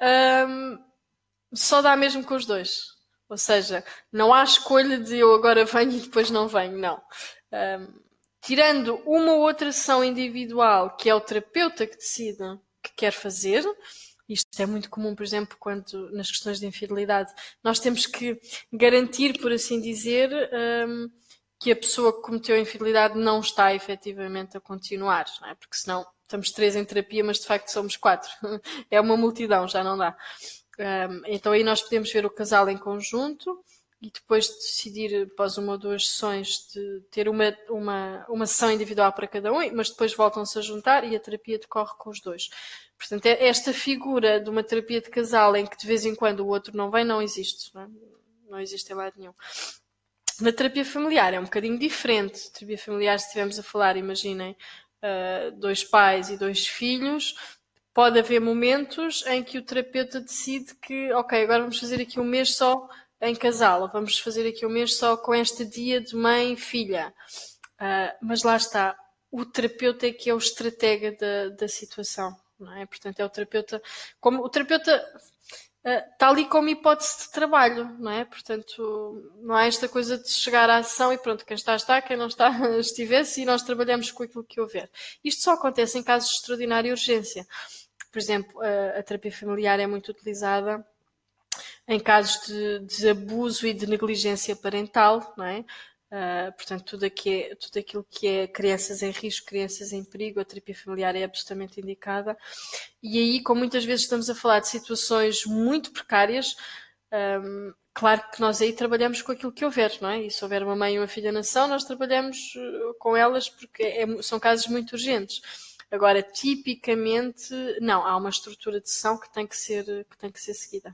um, só dá mesmo com os dois. Ou seja, não há escolha de eu agora venho e depois não venho, não. Um, tirando uma ou outra sessão individual, que é o terapeuta que decide que quer fazer, isto é muito comum, por exemplo, quando nas questões de infidelidade, nós temos que garantir, por assim dizer, um, que a pessoa que cometeu a infidelidade não está efetivamente a continuar, não é? Porque senão estamos três em terapia, mas de facto somos quatro. É uma multidão, já não dá. Um, então aí nós podemos ver o casal em conjunto e depois de decidir, após uma ou duas sessões, de ter uma, uma, uma sessão individual para cada um, mas depois voltam-se a juntar e a terapia decorre com os dois. Portanto, esta figura de uma terapia de casal em que de vez em quando o outro não vem, não existe. Não, é? Não existe em lado nenhum. Na terapia familiar é um bocadinho diferente. Na terapia familiar, se estivermos a falar, imaginem, uh, dois pais e dois filhos... Pode haver momentos em que o terapeuta decide que, ok, agora vamos fazer aqui um mês só em casal, ou vamos fazer aqui um mês só com este dia de mãe e filha. Uh, mas lá está, o terapeuta é que é o estratega da, da situação, não é? Portanto, é o terapeuta, como o terapeuta está uh, ali como hipótese de trabalho, não é? Portanto, não há esta coisa de chegar à ação e pronto, quem está, está, quem não está, estivesse, e nós trabalhamos com aquilo que houver. Isto só acontece em casos de extraordinária urgência. Por exemplo, a, a terapia familiar é muito utilizada em casos de, de abuso e de negligência parental, não é? Uh, portanto, tudo, aqui é, tudo aquilo que é crianças em risco, crianças em perigo, a terapia familiar é absolutamente indicada. E aí, como muitas vezes estamos a falar de situações muito precárias, um, claro que nós aí trabalhamos com aquilo que houver, não é? E se houver uma mãe e uma filha na ação, nós trabalhamos com elas porque é, são casos muito urgentes. Agora, tipicamente, não, há uma estrutura de sessão que tem que ser, que tem que ser seguida.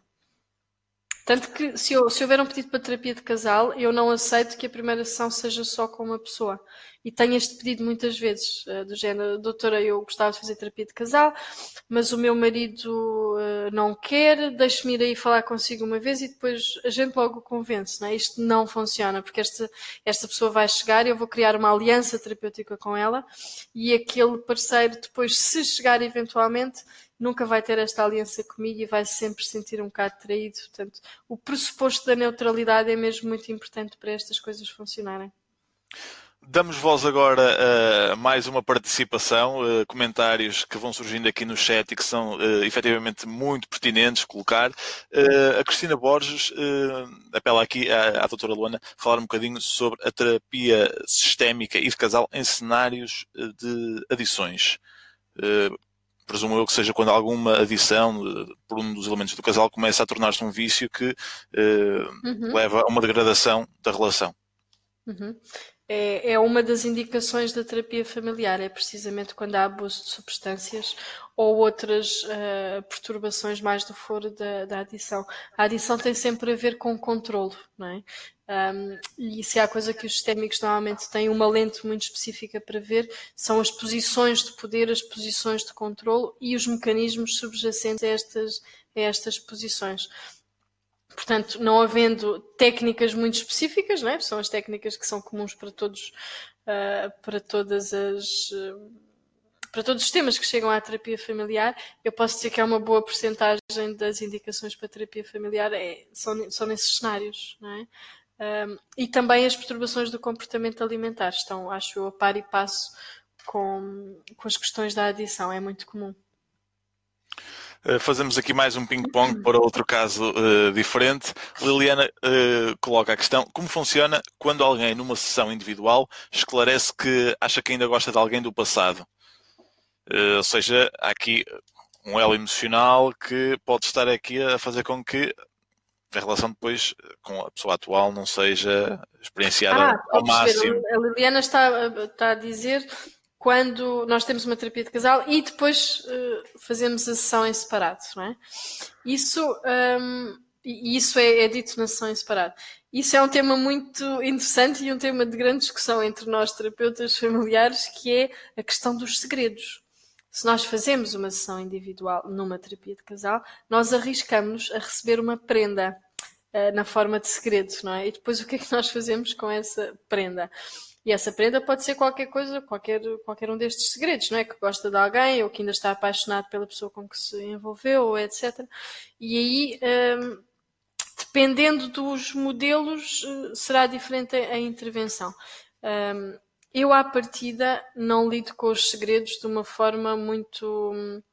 Tanto que, se, eu, se houver um pedido para terapia de casal, eu não aceito que a primeira sessão seja só com uma pessoa. E tenho este pedido muitas vezes, do género, doutora, eu gostava de fazer terapia de casal, mas o meu marido uh, não quer, deixe-me ir aí falar consigo uma vez e depois a gente logo o convence, não é? Isto não funciona, porque esta, esta pessoa vai chegar e eu vou criar uma aliança terapêutica com ela e aquele parceiro depois, se chegar eventualmente, nunca vai ter esta aliança comigo e vai sempre se sentir um bocado traído. Portanto, o pressuposto da neutralidade é mesmo muito importante para estas coisas funcionarem. Damos voz agora a mais uma participação, uh, comentários que vão surgindo aqui no chat e que são uh, efetivamente muito pertinentes colocar. Uh, a Cristina Borges uh, apela aqui à, à doutora Luana falar um bocadinho sobre a terapia sistémica e de casal em cenários de adições. Uh, presumo eu que seja quando alguma adição uh, por um dos elementos do casal começa a tornar-se um vício que uh, Uhum. leva a uma degradação da relação. Uhum. É, é uma das indicações da terapia familiar, é precisamente quando há abuso de substâncias ou outras uh, perturbações mais do foro da, da adição. A adição tem sempre a ver com controlo, não é? Um, e se há coisa que os sistémicos normalmente têm uma lente muito específica para ver, são as posições de poder, as posições de controlo e os mecanismos subjacentes a estas, a estas posições. Portanto, não havendo técnicas muito específicas, não é? São as técnicas que são comuns para todos, uh, para todas as, uh, para todos os temas que chegam à terapia familiar. Eu posso dizer que é uma boa percentagem das indicações para a terapia familiar é, são, são nesses cenários, não é? Um, e também as perturbações do comportamento alimentar estão, acho eu, a par e passo com, com as questões da adição. É muito comum. Fazemos aqui mais um ping-pong para outro caso uh, diferente. Liliana uh, coloca a questão: como funciona quando alguém numa sessão individual esclarece que acha que ainda gosta de alguém do passado? Uh, ou seja, há aqui um elo emocional que pode estar aqui a fazer com que a relação depois com a pessoa atual não seja experienciada ah, ao máximo. A Liliana está, está a dizer quando nós temos uma terapia de casal e depois uh, fazemos a sessão em separado, não é? Isso, um, isso é, é dito na sessão em separado. Isso é um tema muito interessante e um tema de grande discussão entre nós, terapeutas familiares, que é a questão dos segredos. Se nós fazemos uma sessão individual numa terapia de casal, nós arriscamos a receber uma prenda uh, na forma de segredo, não é? E depois o que é que nós fazemos com essa prenda? E essa prenda pode ser qualquer coisa, qualquer, qualquer um destes segredos, não é? Que gosta de alguém ou que ainda está apaixonado pela pessoa com que se envolveu, ou etcétera. E aí, um, dependendo dos modelos, será diferente a intervenção. Um, eu, à partida, não lido com os segredos de uma forma muito...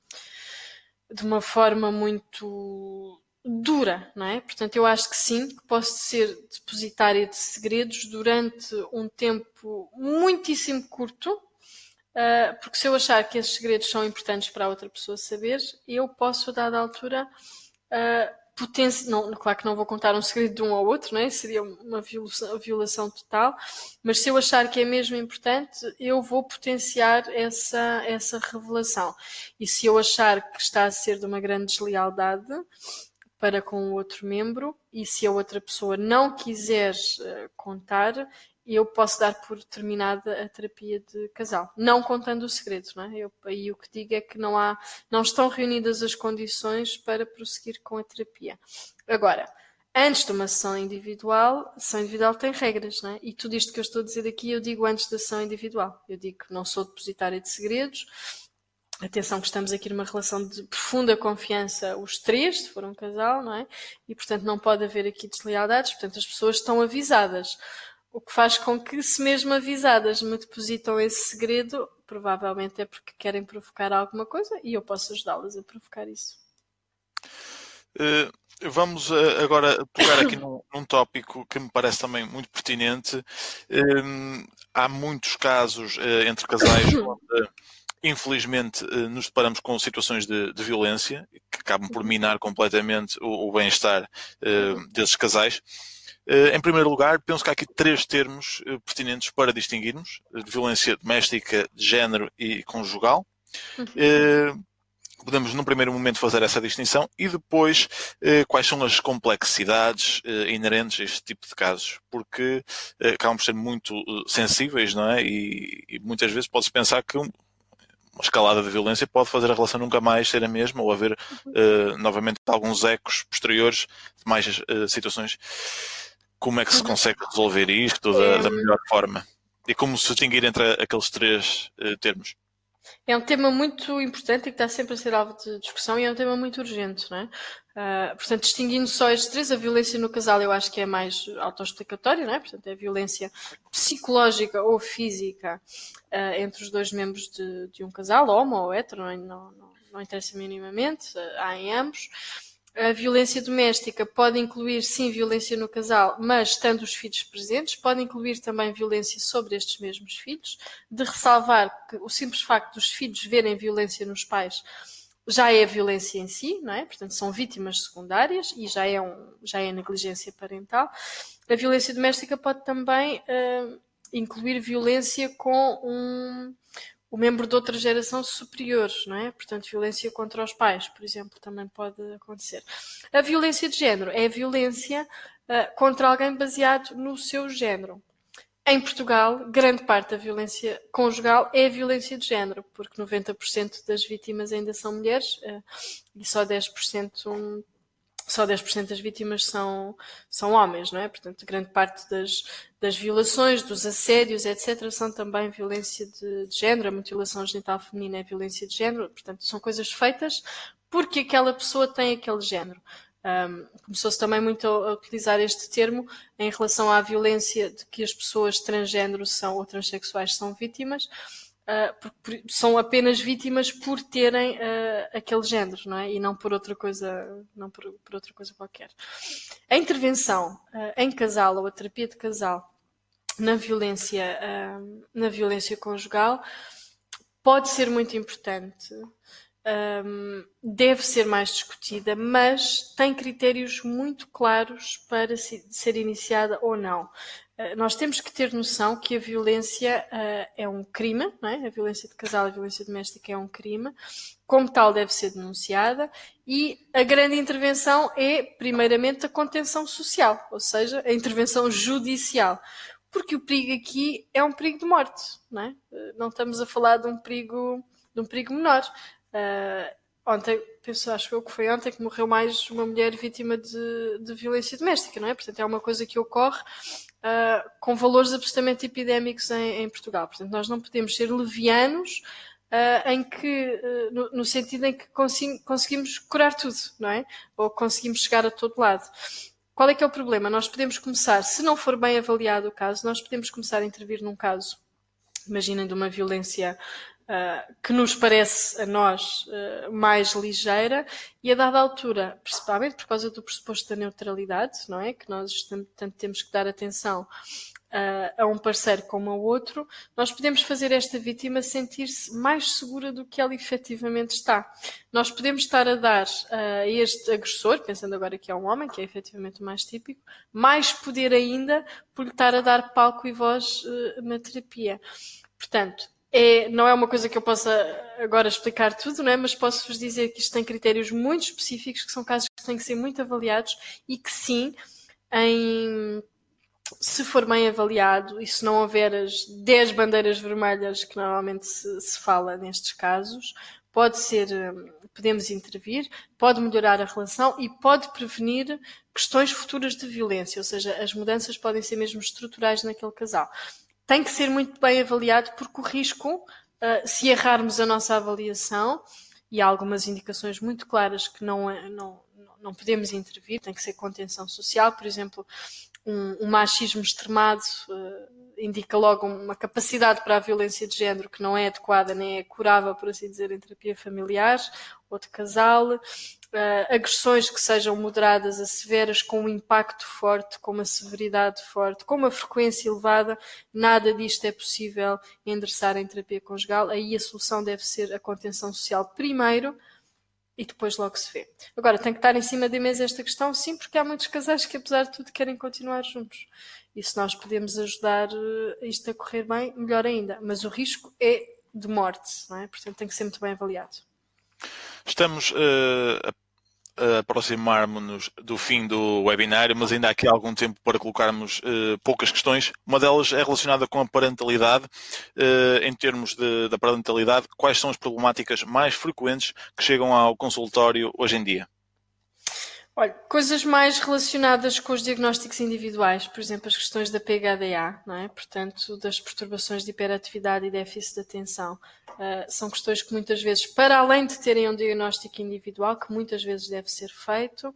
de uma forma muito... dura, não é? Portanto, eu acho que sim, que posso ser depositária de segredos durante um tempo muitíssimo curto, uh, porque se eu achar que esses segredos são importantes para a outra pessoa saber, eu posso, a dada altura, uh, potenci... não, claro que não vou contar um segredo de um ao outro, não é? Seria uma violação, violação total, mas se eu achar que é mesmo importante, eu vou potenciar essa, essa revelação. E se eu achar que está a ser de uma grande deslealdade para com o outro membro, e se a outra pessoa não quiser uh, contar, eu posso dar por terminada a terapia de casal, não contando o segredo, não é? Eu, aí o que digo é que não há, não estão reunidas as condições para prosseguir com a terapia. Agora, Antes de uma sessão individual, a sessão individual tem regras, não é? E tudo isto que eu estou a dizer aqui, eu digo antes da sessão individual. Eu digo que não sou depositária de segredos. Atenção que estamos aqui numa relação de profunda confiança, os três, se for um casal, não é? E, portanto, não pode haver aqui deslealdades. Portanto, as pessoas estão avisadas. O que faz com que, se mesmo avisadas, me depositam esse segredo, provavelmente é porque querem provocar alguma coisa e eu posso ajudá-las a provocar isso. Uh, vamos uh, agora tocar aqui num, num tópico que me parece também muito pertinente. Uh, há muitos casos uh, entre casais onde, infelizmente, uh, nos deparamos com situações de, de violência que acabam por minar completamente o, o bem-estar uh, desses casais. Em primeiro lugar, penso que há aqui três termos pertinentes para distinguirmos: violência doméstica, de género e conjugal. Uhum. Podemos, num primeiro momento, fazer essa distinção e depois quais são as complexidades inerentes a este tipo de casos, porque acabam por ser muito sensíveis, não é? E, e muitas vezes pode-se pensar que uma escalada de violência pode fazer a relação nunca mais ser a mesma ou haver uh, novamente alguns ecos posteriores de mais uh, situações. Como é que se consegue resolver isto da, da melhor forma? E como se distinguir entre aqueles três uh, termos? É um tema muito importante e que está sempre a ser alvo de discussão e é um tema muito urgente, não é? Uh, portanto, distinguindo só estes três, a violência no casal eu acho que é mais autoexplicatória, não é? Portanto, é a violência psicológica ou física uh, entre os dois membros de, de um casal, homo ou hetero, não, não, não, não interessa minimamente, uh, há em ambos. A violência doméstica pode incluir, sim, violência no casal, mas estando os filhos presentes, pode incluir também violência sobre estes mesmos filhos, de ressalvar que o simples facto dos filhos verem violência nos pais já é violência em si, não é? Portanto, são vítimas secundárias e já é, um, já é negligência parental. A violência doméstica pode também uh, incluir violência com um... o membro de outra geração superior, não é? Portanto, violência contra os pais, por exemplo, também pode acontecer. A violência de género é a violência uh, contra alguém baseado no seu género. Em Portugal, grande parte da violência conjugal é a violência de género, porque noventa por cento das vítimas ainda são mulheres uh, e só dez por cento... Um, Só dez por cento das vítimas são, são homens, não é? Portanto, grande parte das, das violações, dos assédios, etcétera, são também violência de, de género. A mutilação genital feminina é violência de género. Portanto, são coisas feitas porque aquela pessoa tem aquele género. Um, começou-se também muito a, a utilizar este termo em relação à violência de que as pessoas transgênero são ou transexuais são vítimas. Uh, por, por, são apenas vítimas por terem uh, aquele género, não é? E não por outra coisa, não por, por outra coisa qualquer. A intervenção uh, em casal ou a terapia de casal na violência, uh, na violência conjugal pode ser muito importante, um, deve ser mais discutida, mas tem critérios muito claros para se, ser iniciada ou não. Uh, nós temos que ter noção que a violência uh, é um crime, não é? A violência de casal, a violência doméstica é um crime, como tal deve ser denunciada, e a grande intervenção é, primeiramente, a contenção social, ou seja, a intervenção judicial, porque o perigo aqui é um perigo de morte, não é? Uh, não estamos a falar de um perigo, de um perigo menor. Uh, ontem, penso, acho eu que foi ontem que morreu mais uma mulher vítima de, de violência doméstica, não é? Portanto, é uma coisa que ocorre uh, com valores absolutamente epidémicos em, em Portugal. Portanto, nós não podemos ser levianos uh, em que, uh, no, no sentido em que consi- conseguimos curar tudo, não é? Ou conseguimos chegar a todo lado. Qual é que é o problema? Nós podemos começar, se não for bem avaliado o caso, nós podemos começar a intervir num caso, imaginem, de uma violência Uh, que nos parece a nós uh, mais ligeira, e a dada altura, principalmente por causa do pressuposto da neutralidade, não é? Que nós tanto temos que dar atenção uh, a um parceiro como ao outro, nós podemos fazer esta vítima sentir-se mais segura do que ela efetivamente está. Nós podemos estar a dar uh, a este agressor, pensando agora que é um homem, que é efetivamente o mais típico, mais poder ainda por lhe estar a dar palco e voz uh, na terapia. Portanto, É, não é uma coisa que eu possa agora explicar tudo, não é? Mas posso-vos dizer que isto tem critérios muito específicos, que são casos que têm que ser muito avaliados e que sim, em, se for bem avaliado e se não houver as dez bandeiras vermelhas que normalmente se, se fala nestes casos, pode ser, podemos intervir, pode melhorar a relação e pode prevenir questões futuras de violência, ou seja, as mudanças podem ser mesmo estruturais naquele casal. Tem que ser muito bem avaliado porque o risco, se errarmos a nossa avaliação, e há algumas indicações muito claras que não, não, não podemos intervir, tem que ser contenção social, por exemplo, um, um machismo extremado uh, indica logo uma capacidade para a violência de género que não é adequada nem é curável, por assim dizer, em terapia familiar ou de casal. Uh, agressões que sejam moderadas a severas, com um impacto forte, com uma severidade forte, com uma frequência elevada, nada disto é possível endereçar em terapia conjugal. Aí a solução deve ser a contenção social primeiro e depois logo se vê. Agora, tem que estar em cima da mesa esta questão, sim, porque há muitos casais que, apesar de tudo, querem continuar juntos. E se nós podemos ajudar isto a correr bem, melhor ainda. Mas o risco é de morte, não é? Portanto, tem que ser muito bem avaliado. Estamos uh, a aproximar-nos do fim do webinário, mas ainda há aqui algum tempo para colocarmos uh, poucas questões. Uma delas é relacionada com a parentalidade. Uh, em termos de, da parentalidade, quais são as problemáticas mais frequentes que chegam ao consultório hoje em dia? Olha, coisas mais relacionadas com os diagnósticos individuais, por exemplo, as questões da P H D A, não é? Portanto, das perturbações de hiperatividade e déficit de atenção. Uh, são questões que muitas vezes, para além de terem um diagnóstico individual, que muitas vezes deve ser feito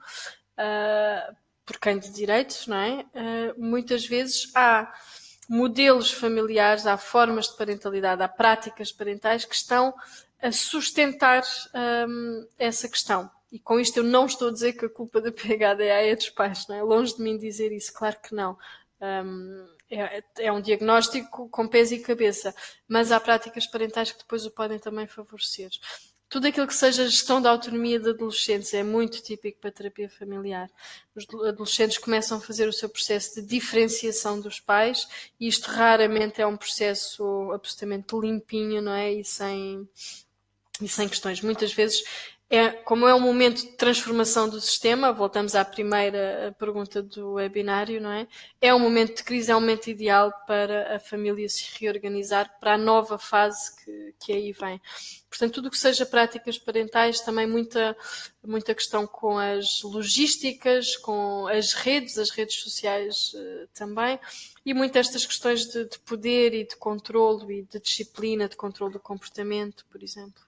uh, por quem de direito, não é? Uh, muitas vezes há modelos familiares, há formas de parentalidade, há práticas parentais que estão a sustentar um, essa questão. E com isto eu não estou a dizer que a culpa da P H D A é dos pais, não é? Longe de mim dizer isso, claro que não. Um, é, é um diagnóstico com pés e cabeça, mas há práticas parentais que depois o podem também favorecer. Tudo aquilo que seja gestão da autonomia de adolescentes é muito típico para a terapia familiar. Os adolescentes começam a fazer o seu processo de diferenciação dos pais e isto raramente é um processo absolutamente limpinho, não é? E sem, e sem questões. Muitas vezes, é, como é um momento de transformação do sistema, voltamos à primeira pergunta do webinário, não é? É um momento de crise, é um momento ideal para a família se reorganizar para a nova fase que, que aí vem. Portanto, tudo o que seja práticas parentais, também muita, muita questão com as logísticas, com as redes, as redes sociais uh, também, e muitas estas questões de, de poder e de controlo e de disciplina, de controlo do comportamento, por exemplo.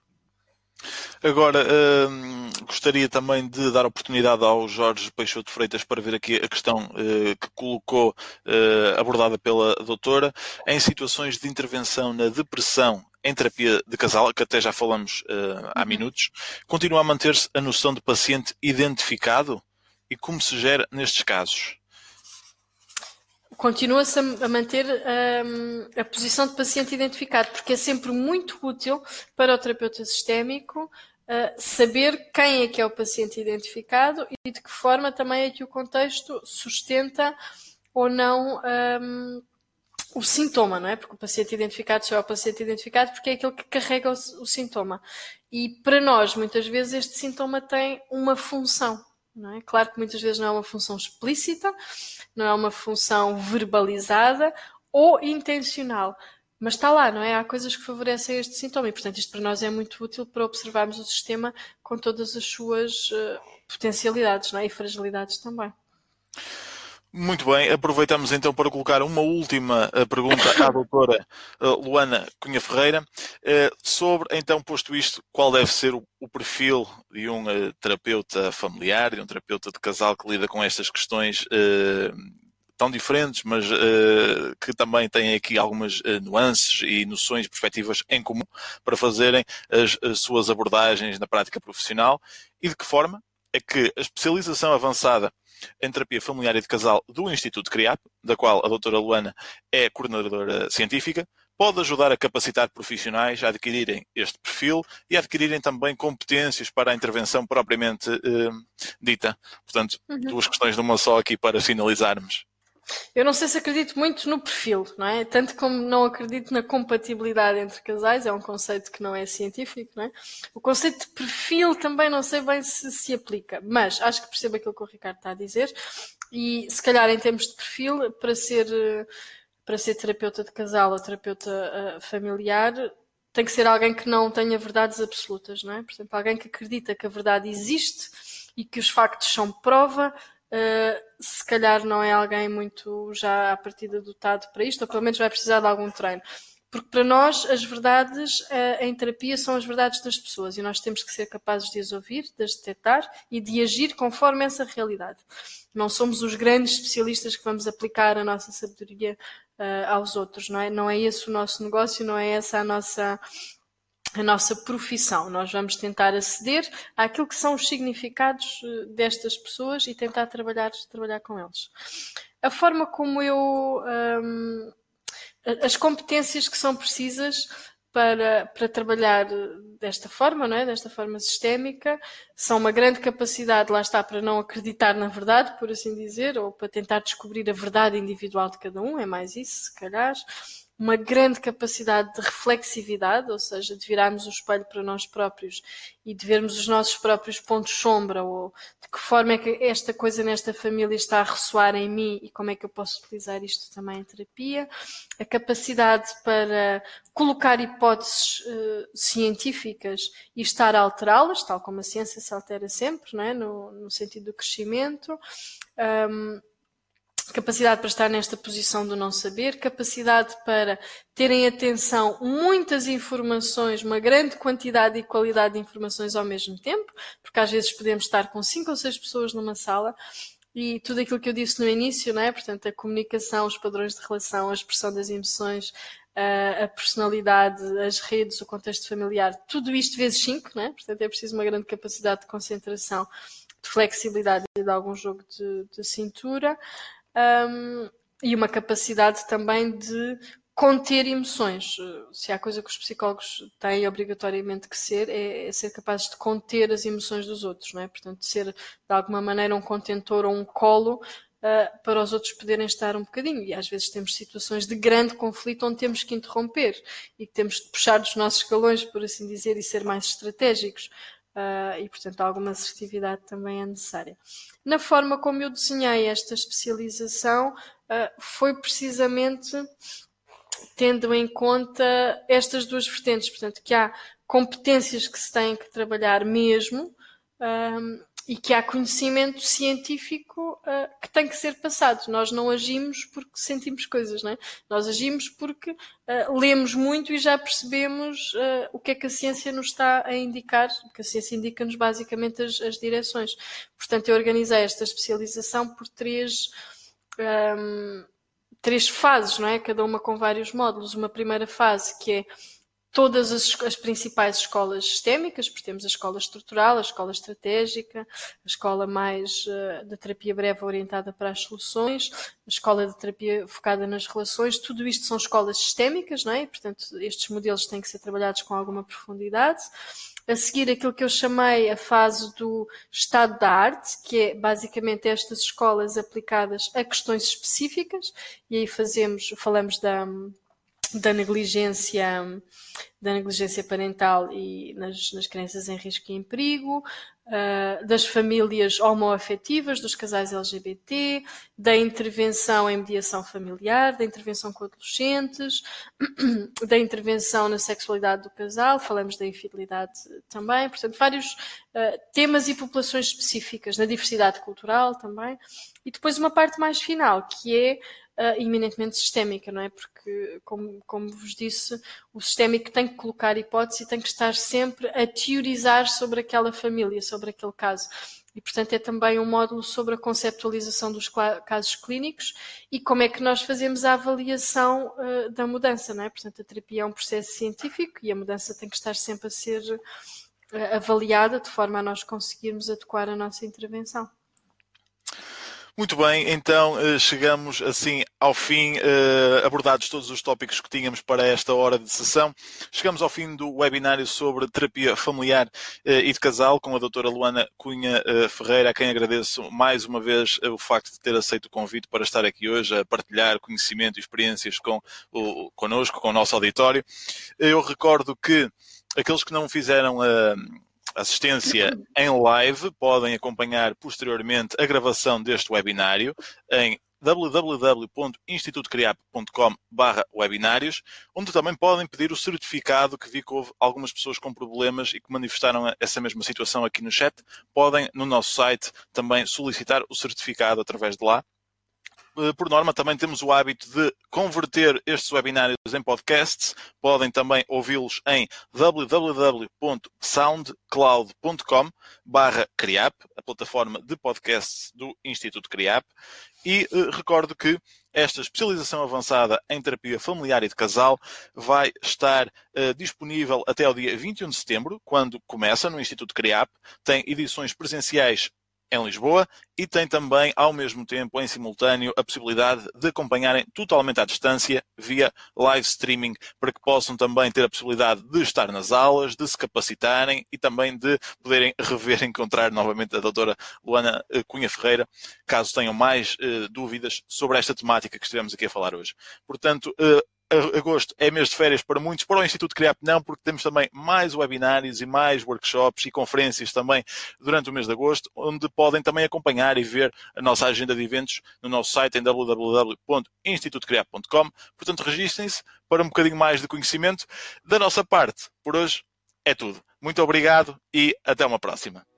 Agora, hum, gostaria também de dar oportunidade ao Jorge Peixoto Freitas para ver aqui a questão uh, que colocou, uh, abordada pela doutora, em situações de intervenção na depressão em terapia de casal, que até já falamos uh, há uhum. minutos, continua a manter-se a noção de paciente identificado e como se gera nestes casos? Continua-se a manter um, a posição de paciente identificado, porque é sempre muito útil para o terapeuta sistémico uh, saber quem é que é o paciente identificado e de que forma também é que o contexto sustenta ou não um, o sintoma, não é? Porque o paciente identificado só é o paciente identificado porque é aquele que carrega o, o sintoma. E para nós, muitas vezes, este sintoma tem uma função. Não é? Claro que muitas vezes não é uma função explícita, não é uma função verbalizada ou intencional, mas está lá, não é? Há coisas que favorecem este sintoma e, portanto, isto para nós é muito útil para observarmos o sistema com todas as suas uh, potencialidades, não é? E fragilidades também. Muito bem, aproveitamos então para colocar uma última pergunta à doutora Luana Cunha Ferreira sobre, então, posto isto, qual deve ser o perfil de um terapeuta familiar, de um terapeuta de casal que lida com estas questões tão diferentes, mas que também têm aqui algumas nuances e noções, perspectivas em comum para fazerem as, as suas abordagens na prática profissional, e de que forma é que a especialização avançada em terapia familiar e de casal do Instituto CRIAP, da qual a doutora Luana é coordenadora científica, pode ajudar a capacitar profissionais a adquirirem este perfil e a adquirirem também competências para a intervenção propriamente eh, dita. Portanto, uhum. duas questões numa só aqui para finalizarmos. Eu não sei se acredito muito no perfil, não é? Tanto como não acredito na compatibilidade entre casais, é um conceito que não é científico, não é? O conceito de perfil também não sei bem se se aplica, mas acho que percebo aquilo que o Ricardo está a dizer e se calhar em termos de perfil, para ser, para ser terapeuta de casal ou terapeuta uh, familiar, tem que ser alguém que não tenha verdades absolutas, não é? Por exemplo, alguém que acredita que a verdade existe e que os factos são prova, uh, se calhar não é alguém muito já à partida dotado para isto, ou pelo menos vai precisar de algum treino. Porque para nós as verdades uh, em terapia são as verdades das pessoas e nós temos que ser capazes de as ouvir, de as detectar e de agir conforme essa realidade. Não somos os grandes especialistas que vamos aplicar a nossa sabedoria uh, aos outros, não é? Não é esse o nosso negócio, não é essa a nossa, a nossa profissão. Nós vamos tentar aceder àquilo que são os significados uh, destas pessoas e tentar trabalhar, trabalhar com eles. A forma como eu... Um, as competências que são precisas para, para trabalhar desta forma, não é? Desta forma sistémica, são uma grande capacidade, lá está, para não acreditar na verdade, por assim dizer, ou para tentar descobrir a verdade individual de cada um, é mais isso, se calhar. Uma grande capacidade de reflexividade, ou seja, de virarmos o espelho para nós próprios e de vermos os nossos próprios pontos sombra, ou de que forma é que esta coisa nesta família está a ressoar em mim e como é que eu posso utilizar isto também em terapia. A capacidade para colocar hipóteses uh, científicas e estar a alterá-las, tal como a ciência se altera sempre, não é? no, no sentido do crescimento. Um, Capacidade para estar nesta posição do não saber, capacidade para terem atenção muitas informações, uma grande quantidade e qualidade de informações ao mesmo tempo, porque às vezes podemos estar com cinco ou seis pessoas numa sala e tudo aquilo que eu disse no início, não é? Portanto, a comunicação, os padrões de relação, a expressão das emoções, a personalidade, as redes, o contexto familiar, tudo isto vezes cinco, não é? Portanto, é preciso uma grande capacidade de concentração, de flexibilidade e de algum jogo de, de cintura. Um, e uma capacidade também de conter emoções. Se há coisa que os psicólogos têm obrigatoriamente que ser, é, é ser capazes de conter as emoções dos outros, não é? Portanto, ser de alguma maneira um contentor ou um colo uh, para os outros poderem estar um bocadinho. E às vezes temos situações de grande conflito onde temos que interromper e que temos de puxar dos nossos escalões, por assim dizer, e ser mais estratégicos. Uh, e, portanto, alguma assertividade também é necessária. Na forma como eu desenhei esta especialização, uh, foi precisamente tendo em conta estas duas vertentes, portanto, que há competências que se têm que trabalhar mesmo um, e que há conhecimento científico uh, que tem que ser passado. Nós não agimos porque sentimos coisas, não é? Nós agimos porque uh, lemos muito e já percebemos uh, o que é que a ciência nos está a indicar, porque a ciência indica-nos basicamente as, as direções. Portanto, eu organizei esta especialização por três... Um, três fases, não é? Cada uma com vários módulos. Uma primeira fase que é todas as, as principais escolas sistémicas, porque temos a escola estrutural, a escola estratégica, a escola mais uh, da terapia breve orientada para as soluções, a escola de terapia focada nas relações. Tudo isto são escolas sistémicas, não é? E, portanto, estes modelos têm que ser trabalhados com alguma profundidade. A seguir, aquilo que eu chamei a fase do estado da arte, que é basicamente estas escolas aplicadas a questões específicas, e aí fazemos, falamos da, da negligência, da negligência parental e nas, nas crianças em risco e em perigo, uh, das famílias homoafetivas, dos casais L G B T, da intervenção em mediação familiar, da intervenção com adolescentes, da intervenção na sexualidade do casal, falamos da infidelidade também, portanto, vários uh, temas e populações específicas, na diversidade cultural também, e depois uma parte mais final, que é Uh, eminentemente sistémica, não é? Porque, como, como vos disse, o sistémico tem que colocar hipótese e tem que estar sempre a teorizar sobre aquela família, sobre aquele caso. E, portanto, é também um módulo sobre a conceptualização dos casos clínicos e como é que nós fazemos a avaliação uh, da mudança, não é? Portanto, a terapia é um processo científico e a mudança tem que estar sempre a ser uh, avaliada de forma a nós conseguirmos adequar a nossa intervenção. Muito bem, então chegamos assim ao fim, abordados todos os tópicos que tínhamos para esta hora de sessão. Chegamos ao fim do webinário sobre terapia familiar e de casal com a doutora Luana Cunha Ferreira, a quem agradeço mais uma vez o facto de ter aceito o convite para estar aqui hoje a partilhar conhecimento e experiências com o, connosco, com o nosso auditório. Eu recordo que aqueles que não fizeram a assistência em live podem acompanhar posteriormente a gravação deste webinário em w w w ponto instituto criap ponto com barra webinários, onde também podem pedir o certificado, que vi que houve algumas pessoas com problemas e que manifestaram essa mesma situação aqui no chat. Podem, no nosso site, também solicitar o certificado através de lá. Por norma, também temos o hábito de converter estes webinários em podcasts. Podem também ouvi-los em w w w ponto soundcloud ponto com barra criap, a plataforma de podcasts do Instituto Criap. E uh, recordo que esta especialização avançada em terapia familiar e de casal vai estar uh, disponível até ao dia vinte e um de setembro, quando começa no Instituto Criap. Tem edições presenciais em Lisboa e tem também, ao mesmo tempo, em simultâneo, a possibilidade de acompanharem totalmente à distância via live streaming, para que possam também ter a possibilidade de estar nas aulas, de se capacitarem e também de poderem rever e encontrar novamente a doutora Luana Cunha Ferreira, caso tenham mais uh, dúvidas sobre esta temática que estivemos aqui a falar hoje. Portanto, uh, agosto é mês de férias para muitos, para o Instituto Criap não, porque temos também mais webinários e mais workshops e conferências também durante o mês de agosto, onde podem também acompanhar e ver a nossa agenda de eventos no nosso site em w w w ponto instituto criap ponto com. Portanto, registrem-se para um bocadinho mais de conhecimento. Da nossa parte, por hoje, é tudo. Muito obrigado e até uma próxima.